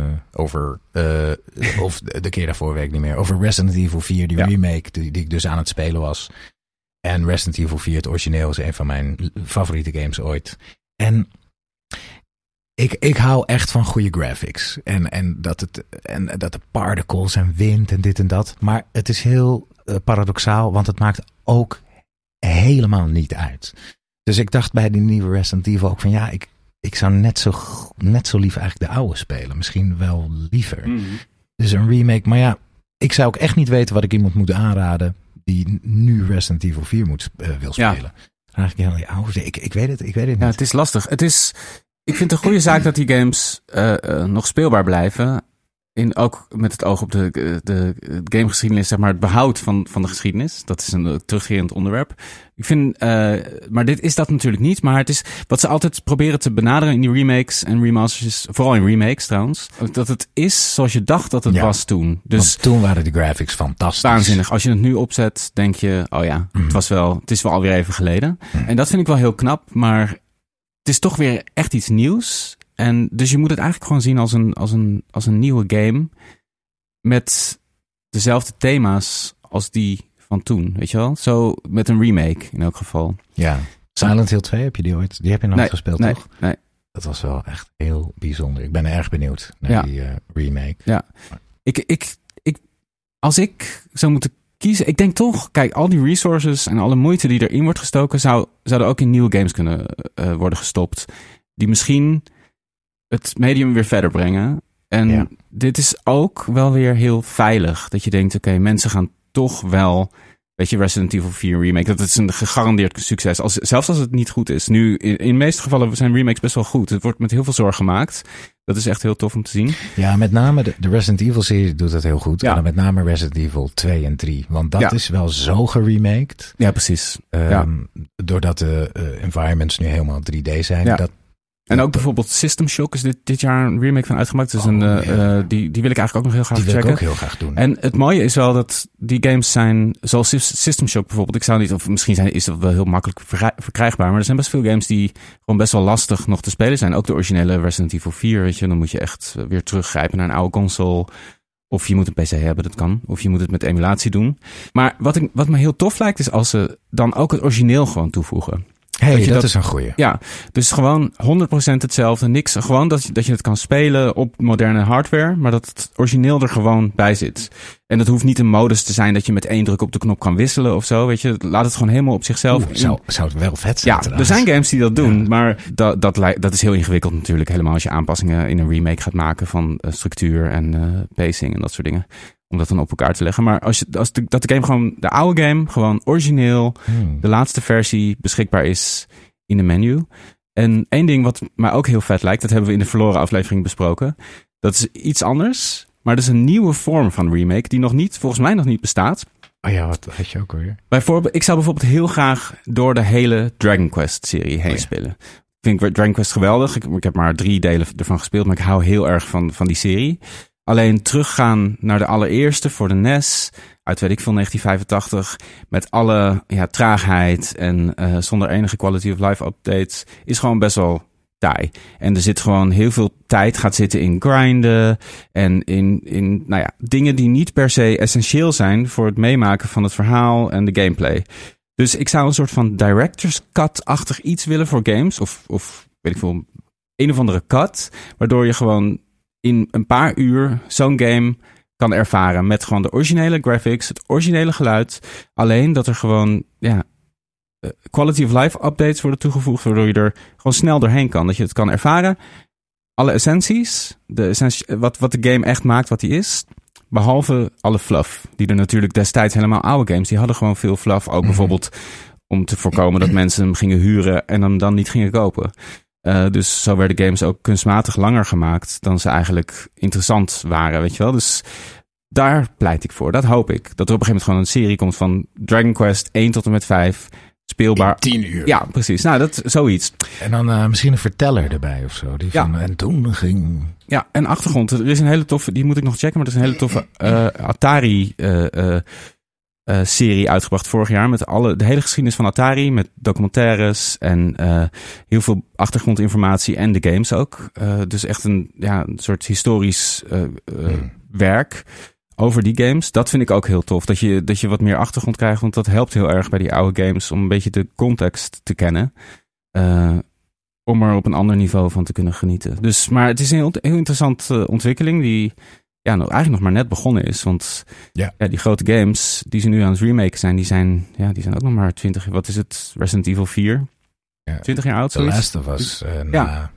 of de keer daarvoor weet ik niet meer, over Resident Evil 4, die remake die ik dus aan het spelen was. En Resident Evil 4, het origineel, is een van mijn favoriete games ooit. En ik hou echt van goede graphics. En dat de particles en wind en dit en dat. Maar het is heel paradoxaal, want het maakt ook helemaal niet uit. Dus ik dacht bij die nieuwe Resident Evil ook van ik zou net zo lief eigenlijk de oude spelen. Misschien wel liever. Mm-hmm. Dus een remake. Maar ja, ik zou ook echt niet weten wat ik iemand moet aanraden die nu Resident Evil 4 wil spelen. Ja. Eigenlijk heel oude. Ik weet het niet. Ja, het is lastig. Ik vind het een goede zaak dat die games nog speelbaar blijven. Ook met het oog op de gamegeschiedenis, zeg maar, het behoud van de geschiedenis. Dat is een terugkerend onderwerp. Ik vind, maar dit is dat natuurlijk niet. Maar het is wat ze altijd proberen te benaderen in die remakes en remasters, vooral in remakes trouwens, dat het is zoals je dacht dat het was toen. Dus want toen waren de graphics fantastisch. Waanzinnig. Als je het nu opzet, denk je, het is wel alweer even geleden. En dat vind ik wel heel knap, maar het is toch weer echt iets nieuws. En dus je moet het eigenlijk gewoon zien als een nieuwe game met dezelfde thema's als die van toen, weet je wel? Zo met een remake in elk geval. Ja. Silent Hill 2, heb je die ooit? Die heb je nog gespeeld, toch? Nee. Dat was wel echt heel bijzonder. Ik ben erg benieuwd naar die remake. Ja. Als ik zou moeten kiezen, ik denk toch, kijk, al die resources en alle moeite die erin wordt gestoken, zouden ook in nieuwe games kunnen worden gestopt. Die misschien het medium weer verder brengen. En dit is ook wel weer heel veilig. Dat je denkt, oké, mensen gaan toch wel, weet je, Resident Evil 4 remake, dat is een gegarandeerd succes. Zelfs als het niet goed is. Nu, in de meeste gevallen zijn remakes best wel goed. Het wordt met heel veel zorg gemaakt. Dat is echt heel tof om te zien. Ja, met name de Resident Evil serie doet dat heel goed. Ja. En dan met name Resident Evil 2 en 3. Want dat is wel zo geremaked. Ja, precies. Doordat de environments nu helemaal 3D zijn. Ja. En ook bijvoorbeeld System Shock is dit jaar een remake van uitgemaakt. Dus die wil ik eigenlijk ook nog heel graag checken. Die wil ik ook heel graag doen. En het mooie is wel dat die games zijn, zoals System Shock bijvoorbeeld. Ik zou niet, of misschien is dat wel heel makkelijk verkrijgbaar. Maar er zijn best veel games die gewoon best wel lastig nog te spelen zijn. Ook de originele Resident Evil 4, weet je. Dan moet je echt weer teruggrijpen naar een oude console. Of je moet een PC hebben, dat kan. Of je moet het met emulatie doen. Maar wat me heel tof lijkt, is als ze dan ook het origineel gewoon toevoegen. Dat is een goeie. Ja, dus gewoon 100% hetzelfde. Niks. Gewoon dat je het kan spelen op moderne hardware. Maar dat het origineel er gewoon bij zit. En dat hoeft niet een modus te zijn dat je met 1 druk op de knop kan wisselen of zo. Weet je, laat het gewoon helemaal op zichzelf. Zou het wel vet zijn. Ja, er zijn games die dat doen. Ja. Maar dat is heel ingewikkeld natuurlijk. Helemaal als je aanpassingen in een remake gaat maken van structuur en pacing en dat soort dingen. Om dat dan op elkaar te leggen. Maar dat de game gewoon, de oude game, gewoon origineel, de laatste versie beschikbaar is in de menu. En één ding wat mij ook heel vet lijkt, dat hebben we in de verloren aflevering besproken. Dat is iets anders, maar dat is een nieuwe vorm van remake die volgens mij nog niet bestaat. Oh ja, wat had je ook alweer? Ik zou bijvoorbeeld heel graag door de hele Dragon Quest serie heen spelen. Ik vind Dragon Quest geweldig. Ik heb maar 3 delen ervan gespeeld, maar ik hou heel erg van die serie. Alleen teruggaan naar de allereerste voor de NES uit 1985 met alle traagheid en zonder enige quality of life updates is gewoon best wel taai. En er zit gewoon heel veel tijd gaat zitten in grinden en in dingen die niet per se essentieel zijn voor het meemaken van het verhaal en de gameplay. Dus ik zou een soort van director's cut-achtig iets willen voor games of weet ik veel, een of andere cut, waardoor je gewoon in een paar uur zo'n game kan ervaren met gewoon de originele graphics, het originele geluid. Alleen dat er gewoon quality of life updates worden toegevoegd, waardoor je er gewoon snel doorheen kan. Dat je het kan ervaren. Alle essenties, wat de game echt maakt wat die is, behalve alle fluff. Die er natuurlijk destijds helemaal oude games, die hadden gewoon veel fluff. Ook bijvoorbeeld om te voorkomen dat mensen hem gingen huren en hem dan niet gingen kopen. Dus zo werden games ook kunstmatig langer gemaakt dan ze eigenlijk interessant waren, weet je wel. Dus daar pleit ik voor. Dat hoop ik. Dat er op een gegeven moment gewoon een serie komt van Dragon Quest 1 tot en met 5. Speelbaar. In 10 uur. Ja, precies. Nou, dat zoiets. En dan misschien een verteller erbij of zo. Die van, en toen ging... Ja, en achtergrond. Er is een hele toffe, die moet ik nog checken, maar er is een hele toffe Atari serie uitgebracht vorig jaar met de hele geschiedenis van Atari, met documentaires en heel veel achtergrondinformatie en de games ook. Dus echt een soort historisch werk over die games. Dat vind ik ook heel tof, dat je wat meer achtergrond krijgt, want dat helpt heel erg bij die oude games om een beetje de context te kennen. Om er op een ander niveau van te kunnen genieten. Dus, maar het is een heel interessante ontwikkeling die eigenlijk nog maar net begonnen is. Want die grote games die ze nu aan het remaken zijn, die zijn ook nog maar 20. Wat is het? Resident Evil 4? Ja. 20 jaar oud, zoiets? The Last of Us na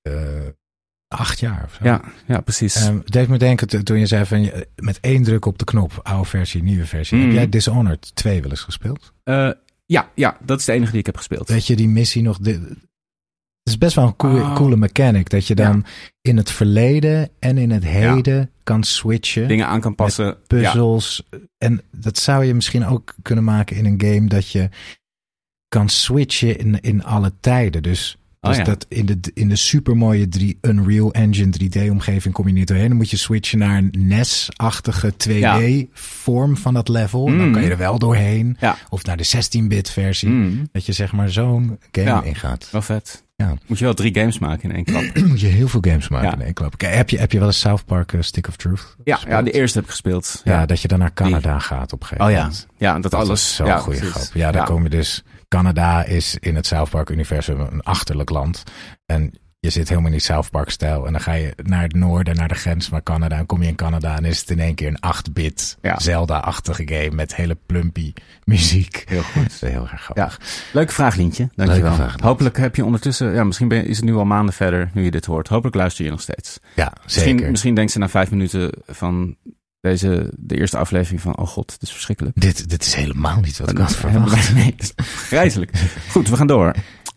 8 jaar of zo. Ja, precies. Het deed me denken toen je zei van met 1 druk op de knop, oude versie, nieuwe versie. Heb jij Dishonored 2 wel eens gespeeld? Ja, dat is de enige die ik heb gespeeld. Weet je die missie nog... Het is best wel een coole mechanic. Dat je dan in het verleden en in het heden kan switchen. Dingen aan kan passen. Met puzzels. Ja. En dat zou je misschien ook kunnen maken in een game. Dat je kan switchen in alle tijden. Dus dat in de supermooie Unreal Engine 3D omgeving kom je niet doorheen. Dan moet je switchen naar een NES-achtige 2D vorm van dat level. En dan kan je er wel doorheen. Ja. Of naar de 16-bit versie. Dat je zeg maar zo'n game ingaat. Wel vet. Ja. Moet je wel 3 games maken in 1 klap. Moet je heel veel games maken in 1 klap. Heb je wel eens South Park Stick of Truth gespeeld? Ja, de eerste heb ik gespeeld. Ja, dat je dan naar Canada gaat op een gegeven moment. Ja, dat alles. Is zo'n goede grap. Ja, daar kom je dus... Canada is in het South Park-universum een achterlijk land. En je zit helemaal in die South Park-stijl. En dan ga je naar het noorden, naar de grens van Canada. En kom je in Canada en is het in één keer een 8-bit Zelda-achtige game met hele plumpy muziek. Heel goed. Dat is heel erg grappig. Ja. Leuke vraag, Lientje. Dankjewel. Hopelijk heb je ondertussen... misschien is het nu al maanden verder, nu je dit hoort. Hopelijk luister je nog steeds. Ja, zeker. Misschien denkt ze na 5 minuten van... de eerste aflevering van, oh god, dit is verschrikkelijk. Dit is helemaal niet wat ik had verwacht. Nee, grijzelijk. Goed, we gaan door.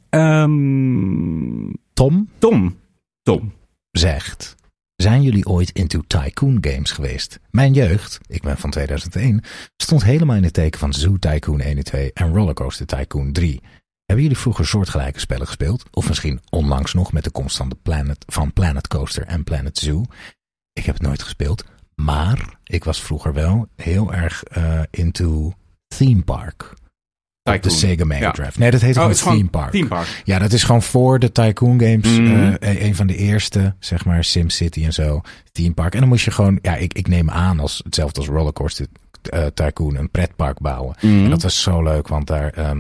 Tom zegt, zijn jullie ooit into tycoon games geweest? Mijn jeugd, ik ben van 2001, stond helemaal in het teken van Zoo Tycoon 1 en 2 en Rollercoaster Tycoon 3. Hebben jullie vroeger soortgelijke spellen gespeeld? Of misschien onlangs nog met de komst van Planet Coaster en Planet Zoo? Ik heb het nooit gespeeld. Maar ik was vroeger wel heel erg into Theme Park. Op de Sega Mega Drive. Ja. Nee, dat heet gewoon Theme Park. Theme Park. Ja, dat is gewoon voor de Tycoon games. Een van de eerste, zeg maar, SimCity en zo. Theme Park. En dan moest je gewoon, ik neem aan, hetzelfde als Rollercoaster Tycoon, een pretpark bouwen. En dat was zo leuk, want daar,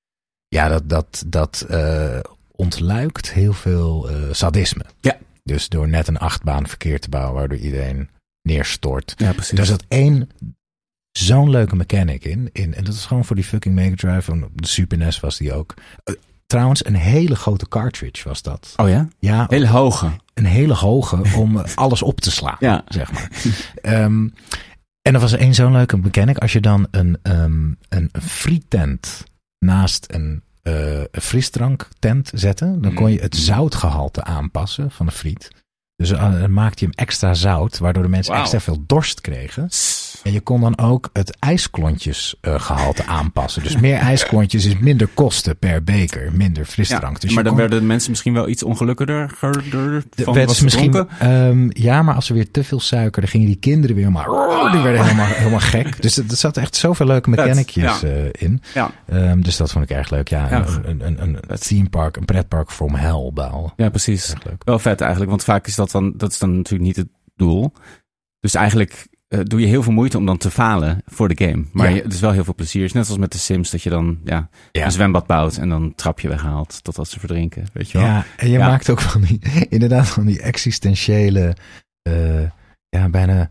dat ontluikt heel veel sadisme. Ja. Dus door net een achtbaan verkeer te bouwen, waardoor iedereen neerstort. Ja, precies. Daar zat zo'n leuke mechanic in. En dat is gewoon voor die fucking Mega Drive. En op de Super NES was die ook. Trouwens, een hele grote cartridge was dat. Oh ja? Ja. Hele hoge. Een hele hoge om alles op te slaan, zeg maar. En er was zo'n leuke mechanic. Als je dan een friettent naast een frisdranktent zette, dan kon je het zoutgehalte aanpassen van de friet. Dus dan maakte je hem extra zout, waardoor de mensen extra veel dorst kregen. En je kon dan ook het ijsklontjesgehalte aanpassen. Dus meer ijsklontjes is minder kosten per beker, minder frisdrank. Ja, dus maar dan werden de mensen misschien wel iets ongelukkiger van wat ze dronken. Ja, maar als er weer te veel suiker, dan gingen die kinderen weer die werden helemaal gek. Dus er zat echt zoveel leuke mechanicjes in. Ja. Dus dat vond ik erg leuk. Ja, een theme park, een pretpark from hell bouwen. Ja, precies. Wel vet eigenlijk, want vaak is dat is dan natuurlijk niet het doel. Dus eigenlijk doe je heel veel moeite om dan te falen voor de game. Maar het is wel heel veel plezier. Het is net als met de Sims, dat je dan een zwembad bouwt en dan trapje weghaalt totdat ze verdrinken. Weet je wel? Ja, en je maakt ook van die existentiële, bijna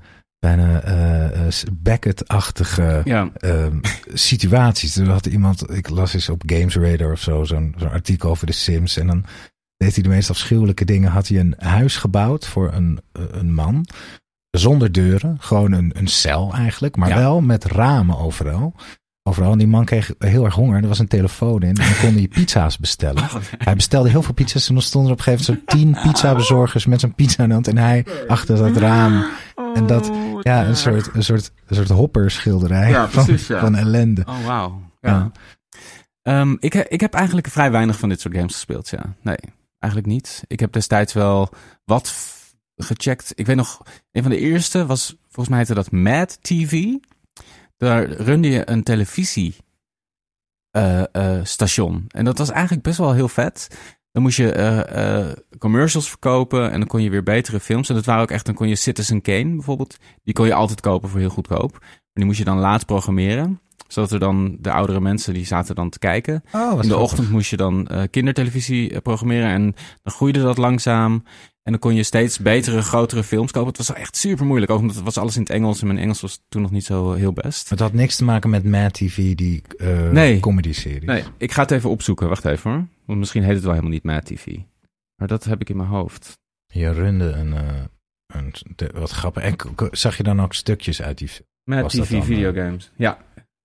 Beckett-achtige situaties. Er had iemand, ik las eens op Games Radar of zo, zo'n artikel over de Sims. En dan deed hij de meest afschuwelijke dingen. Had hij een huis gebouwd voor een man. Zonder deuren. Gewoon een cel eigenlijk. Maar wel met ramen overal. En die man kreeg heel erg honger. Er was een telefoon in. En dan kon hij pizza's bestellen. Hij bestelde heel veel pizza's. En dan stonden er op een gegeven moment zo 10 pizzabezorgers met zo'n pizza in de hand. En hij achter dat raam. En dat, een soort hopperschilderij van ellende. Oh, wauw. Ja. Ik heb eigenlijk vrij weinig van dit soort games gespeeld, ja. Nee, eigenlijk niet. Ik heb destijds wel wat gecheckt. Ik weet nog, een van de eerste was, volgens mij heette dat Mad TV. Daar runde je een televisiestation. En dat was eigenlijk best wel heel vet. Dan moest je commercials verkopen en dan kon je weer betere films. En dat waren ook echt, dan kon je Citizen Kane bijvoorbeeld. Die kon je altijd kopen voor heel goedkoop. Maar die moest je dan laat programmeren. Zodat er dan de oudere mensen, die zaten dan te kijken. In de ochtend moest je dan kindertelevisie programmeren. En dan groeide dat langzaam. En dan kon je steeds betere, grotere films kopen. Het was echt super moeilijk. Ook omdat het was alles in het Engels. En mijn Engels was toen nog niet zo heel best. Het had niks te maken met Mad TV, die comedy-serie. Nee, ik ga het even opzoeken. Wacht even hoor. Want misschien heet het wel helemaal niet Mad TV. Maar dat heb ik in mijn hoofd. Je runde wat grappig. En zag je dan ook stukjes uit die film? Mad TV videogames. Ja.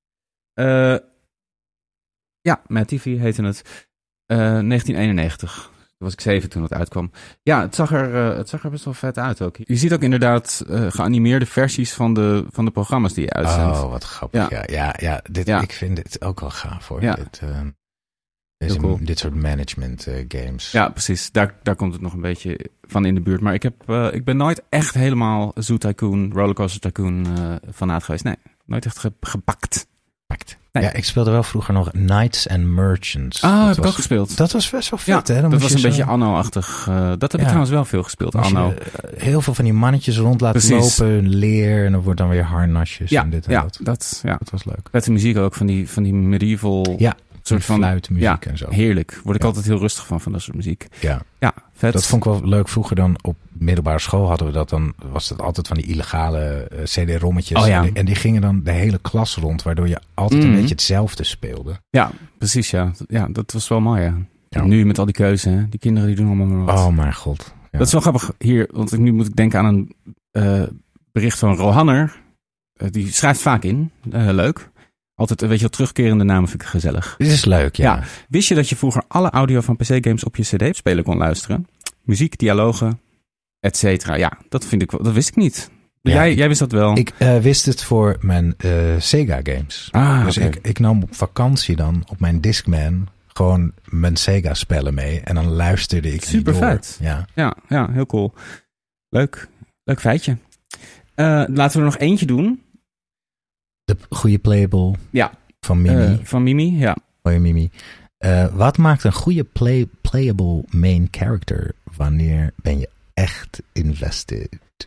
Mad TV heette het. 1991. Toen was ik 7 toen het uitkwam. Ja, het zag er best wel vet uit ook. Je ziet ook inderdaad geanimeerde versies van de programma's die je uitzendt. Oh, wat grappig. Ik vind dit ook wel gaaf hoor. Ja. Dit soort management games. Ja, precies. Daar komt het nog een beetje van in de buurt. Maar ik ben nooit echt helemaal Zoo Tycoon, Rollercoaster Tycoon fanaat geweest. Nee, nooit echt gepakt. Nee. Ja, ik speelde wel vroeger nog Knights and Merchants. Heb ik ook gespeeld. Dat was best wel vet, hè? Dat was een beetje Anno-achtig. Dat heb ik trouwens wel veel gespeeld, Anno. Heel veel van die mannetjes rond laten lopen, leer, en dan wordt dan weer harnasjes en dit en dat. Dat was leuk. Vette muziek ook, van die medieval... Ja, soort van fluitmuziek en zo. Heerlijk. Word ik altijd heel rustig van dat soort muziek. Ja, vet. Dat vond ik wel leuk. Vroeger dan op middelbare school hadden we dat dan, was het altijd van die illegale CD-rommetjes. Oh, ja. En die gingen dan de hele klas rond, waardoor je altijd een beetje hetzelfde speelde. Ja, precies, ja. Ja, dat was wel mooi, ja. En nu met al die keuze, hè. Die kinderen die doen allemaal maar wat. Oh mijn god. Ja. Dat is wel grappig hier, want nu moet ik denken aan een bericht van Rohanner. Die schrijft vaak in. Leuk. Altijd, weet je wel, terugkerende namen vind ik gezellig. Dit is leuk, ja. Wist je dat je vroeger alle audio van PC-games op je CD-speler kon luisteren? Muziek, dialogen, et cetera. Ja, dat wist ik niet. Ja, jij wist dat wel? Ik wist het voor mijn Sega-games. Dus okay. Ik nam op vakantie dan op mijn Discman gewoon mijn Sega-spellen mee. En dan luisterde ik Super die door. vet. Ja. Ja, heel cool. Leuk feitje. Laten we er nog eentje doen. De goede playable van Mimi. Van Mimi, ja. Hoi Mimi. Wat maakt een goede playable main character? Wanneer ben je echt invested?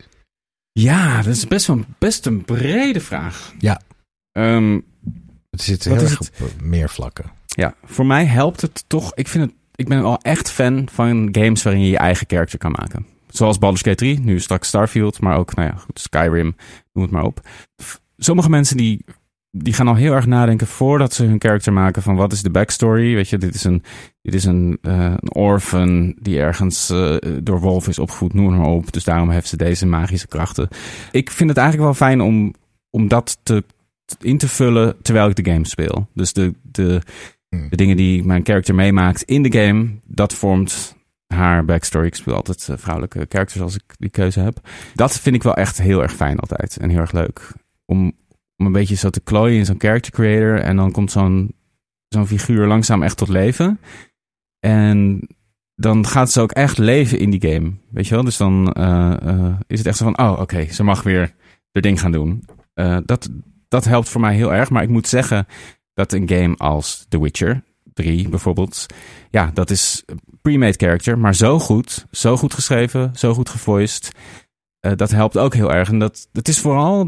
Ja, dat is best een brede vraag. Ja. Het zit heel erg op meer vlakken. Ja, voor mij helpt het toch. Ik ben wel echt fan van games waarin je je eigen character kan maken. Zoals Baldur's Gate 3, nu straks Starfield, maar ook Skyrim, noem het maar op. Sommige mensen die gaan al heel erg nadenken voordat ze hun character maken van wat is de backstory. Weet je, dit is een orphan die ergens door wolven is opgevoed, noem maar op. Dus daarom heeft ze deze magische krachten. Ik vind het eigenlijk wel fijn om dat in te vullen terwijl ik de game speel. Dus de dingen die mijn character meemaakt in de game, dat vormt haar backstory. Ik speel altijd vrouwelijke characters als ik die keuze heb. Dat vind ik wel echt heel erg fijn altijd en heel erg leuk. Om een beetje zo te klooien in zo'n character creator en dan komt zo'n figuur langzaam echt tot leven. En dan gaat ze ook echt leven in die game. Weet je wel? Dus dan is het echt zo van, oké, ze mag weer haar ding gaan doen. Dat helpt voor mij heel erg. Maar ik moet zeggen dat een game als The Witcher 3 bijvoorbeeld, ja, dat is pre-made character, maar zo goed geschreven, zo goed gevoiced. Dat helpt ook heel erg. En het is vooral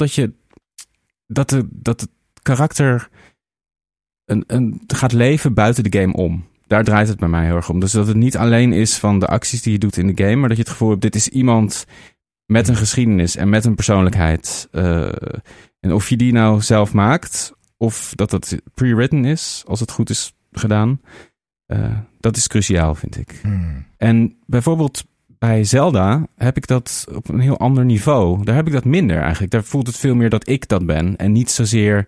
dat het karakter gaat leven buiten de game om. Daar draait het bij mij heel erg om. Dus dat het niet alleen is van de acties die je doet in de game, maar dat je het gevoel hebt, dit is iemand met een geschiedenis en met een persoonlijkheid. En of je die nou zelf maakt, of dat het pre-written is, als het goed is gedaan, dat is cruciaal, vind ik. En bijvoorbeeld bij Zelda heb ik dat op een heel ander niveau. Daar heb ik dat minder eigenlijk. Daar voelt het veel meer dat ik dat ben en niet zozeer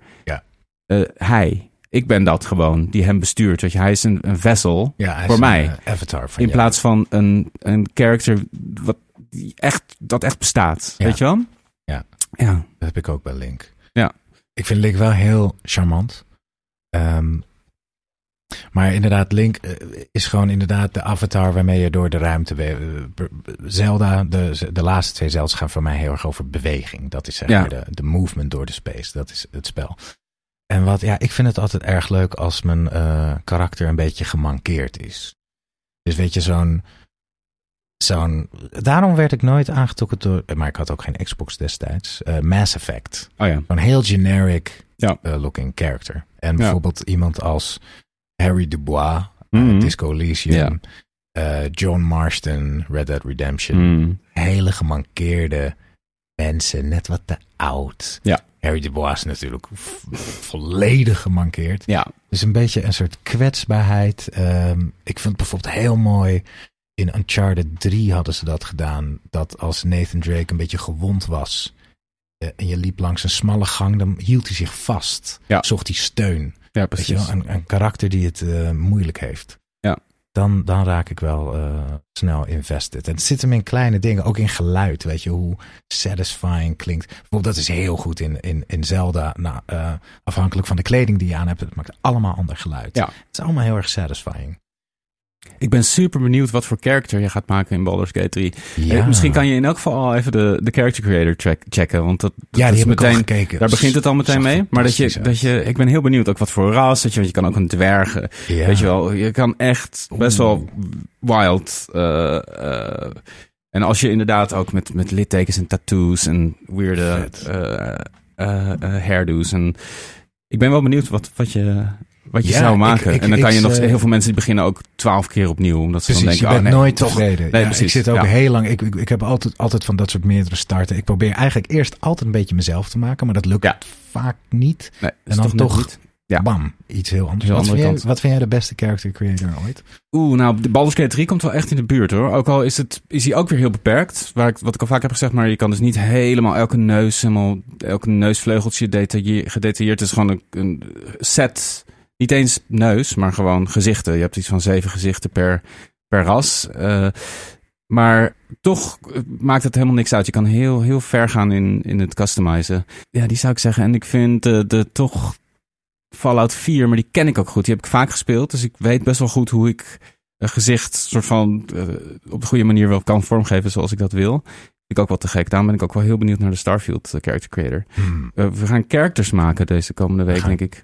hij. Ik ben dat gewoon, die hem bestuurt. Weet je, hij is een vessel voor mij. Avatar van in plaats van een character dat echt bestaat. Ja. Weet je wel? Ja, dat heb ik ook bij Link. Ja. Ik vind Link wel heel charmant. Maar inderdaad, Link is gewoon inderdaad de avatar waarmee je door de ruimte... Zelda, de laatste 2 Zelda's gaan voor mij heel erg over beweging. Dat is zeg maar de movement door de space. Dat is het spel. En ik vind het altijd erg leuk als mijn karakter een beetje gemankeerd is. Dus weet je, daarom werd ik nooit aangetrokken door... Maar ik had ook geen Xbox destijds. Mass Effect. Oh ja. Zo'n heel generic looking character. En bijvoorbeeld iemand als Harry Dubois, Disco Elysium, John Marston, Red Dead Redemption. Hele gemankeerde mensen, net wat te oud. Ja. Harry Dubois is natuurlijk volledig gemankeerd. Ja. Dus een beetje een soort kwetsbaarheid. Ik vind het bijvoorbeeld heel mooi. In Uncharted 3 hadden ze dat gedaan. Dat als Nathan Drake een beetje gewond was en je liep langs een smalle gang, dan hield hij zich vast. Ja. Zocht hij steun. Ja, precies. Weet je wel? Een karakter die het moeilijk heeft. Ja. Dan raak ik wel snel invested. En het zit hem in kleine dingen. Ook in geluid. Weet je, hoe satisfying klinkt. Bijvoorbeeld, dat is heel goed in Zelda. Nou, afhankelijk van de kleding die je aan hebt. Het maakt allemaal ander geluid. Ja. Het is allemaal heel erg satisfying. Ik ben super benieuwd wat voor character je gaat maken in Baldur's Gate 3. Ja. Misschien kan je in elk geval al even de character creator checken. Want dat die is heb meteen, ik al gekeken. Daar begint het al meteen mee. Maar ik ben heel benieuwd ook wat voor ras. Want je kan ook een dwergen. Ja. Weet je wel, je kan echt best wel wild. En als je inderdaad ook met littekens en tattoos en weirde hairdo's. En ik ben wel benieuwd wat je zou maken. En dan kan je nog heel veel mensen die beginnen ook 12 keer opnieuw. Omdat ze precies, dan denken, je bent nooit tevreden. Nee, precies. Ik zit ook heel lang. Ik heb altijd van dat soort meerdere starten. Ik probeer eigenlijk eerst altijd een beetje mezelf te maken. Maar dat lukt vaak niet. Nee, en dan toch bam, iets heel anders. Wat vind jij de beste character creator ooit? Nou, de Baldur's Gate 3 komt wel echt in de buurt, hoor. Ook al is hij ook weer heel beperkt. Wat ik al vaak heb gezegd, maar je kan dus niet helemaal elke neusvleugeltje gedetailleerd. Het is gewoon een set. Niet eens neus, maar gewoon gezichten. Je hebt iets van 7 gezichten per ras. Maar toch maakt het helemaal niks uit. Je kan heel, heel ver gaan in het customizen. Ja, die zou ik zeggen. En ik vind toch Fallout 4, maar die ken ik ook goed. Die heb ik vaak gespeeld, dus ik weet best wel goed hoe ik een gezicht soort van op de goede manier wel kan vormgeven zoals ik dat wil. Ik ook wel te gek. Daarom ben ik ook wel heel benieuwd naar de Starfield character creator. We gaan characters maken deze komende week, denk ik.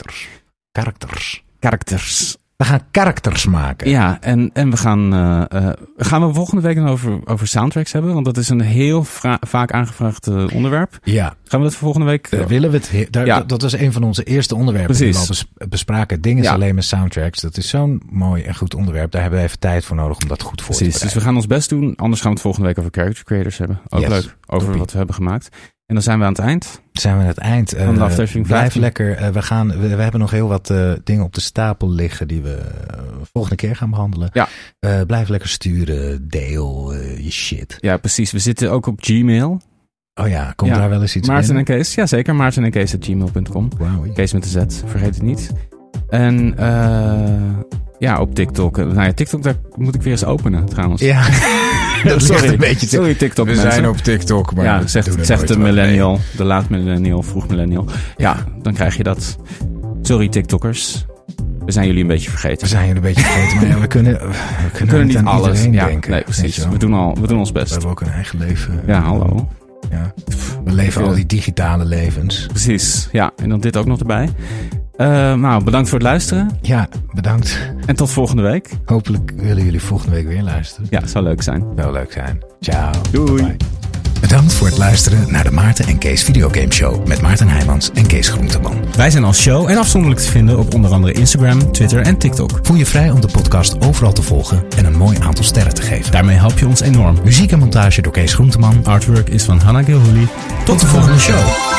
Characters. We gaan characters maken. Ja, en we gaan we volgende week dan over soundtracks hebben? Want dat is een heel vaak aangevraagd onderwerp. Ja. Gaan we dat voor volgende week? Willen we het? Dat was een van onze eerste onderwerpen die we al bespraken. Dingen is alleen met soundtracks. Dat is zo'n mooi en goed onderwerp. Daar hebben we even tijd voor nodig om dat goed voor te bereiden. Dus we gaan ons best doen. Anders gaan we het volgende week over character creators hebben. Ook leuk. Over wat we hebben gemaakt. En dan zijn we aan het eind. Van de aflevering 15. Blijf lekker. We hebben nog heel wat dingen op de stapel liggen die we volgende keer gaan behandelen. Ja. Blijf lekker sturen. Deel je shit. Ja, precies. We zitten ook op Gmail. Oh ja, komt daar wel eens iets Maarten binnen? en Kees. Ja, zeker. Maarten en Kees@gmail.com. Wow. Kees met de Z. Vergeet het niet. En op TikTok. TikTok, daar moet ik weer eens openen trouwens. Ja. Dat ligt een beetje Sorry, TikTok. We zijn op TikTok, maar zegt de millennial, de laat millennial, vroeg millennial. Ja, dan krijg je dat. Sorry, TikTokkers. We zijn jullie een beetje vergeten. Maar we kunnen niet aan alles denken. Nee, precies. We doen ons best. We hebben ook een eigen leven. Ja, hallo. Ja. We leven al die digitale levens. Precies. Ja, en dan dit ook nog erbij. Bedankt voor het luisteren. Ja, bedankt. En tot volgende week. Hopelijk willen jullie volgende week weer luisteren. Ja, zou leuk zijn. Zou leuk zijn. Ciao. Doei. Bye. Bedankt voor het luisteren naar de Maarten en Kees Videogame Show met Maarten Heijmans en Kees Groenteman. Wij zijn als show en afzonderlijk te vinden op onder andere Instagram, Twitter en TikTok. Voel je vrij om de podcast overal te volgen en een mooi aantal sterren te geven. Daarmee help je ons enorm. Muziek en montage door Kees Groenteman. Artwork is van Hanna Gilhuli. Tot de volgende show.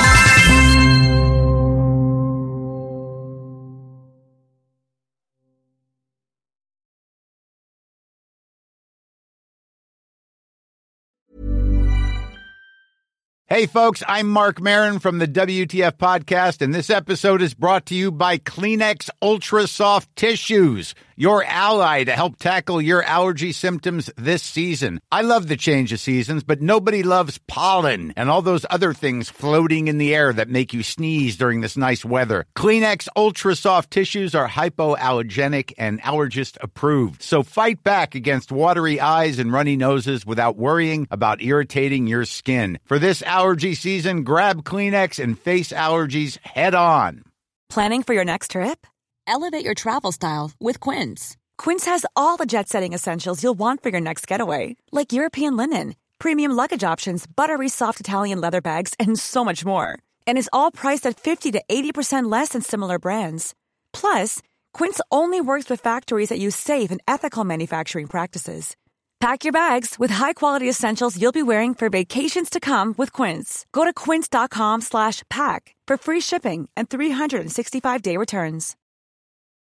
Hey, folks, I'm Mark Maron from the WTF Podcast, and this episode is brought to you by Kleenex Ultra Soft Tissues, your ally to help tackle your allergy symptoms this season. I love the change of seasons, but nobody loves pollen and all those other things floating in the air that make you sneeze during this nice weather. Kleenex Ultra Soft Tissues are hypoallergenic and allergist approved, so fight back against watery eyes and runny noses without worrying about irritating your skin. For this allergy season, grab Kleenex and face allergies head on. Planning for your next trip? Elevate your travel style with Quince. Quince has all the jet-setting essentials you'll want for your next getaway, like European linen, premium luggage options, buttery soft Italian leather bags, and so much more. And is all priced at 50 to 80% less than similar brands. Plus, Quince only works with factories that use safe and ethical manufacturing practices. Pack your bags with high-quality essentials you'll be wearing for vacations to come with Quince. Go to quince.com/pack for free shipping and 365-day returns.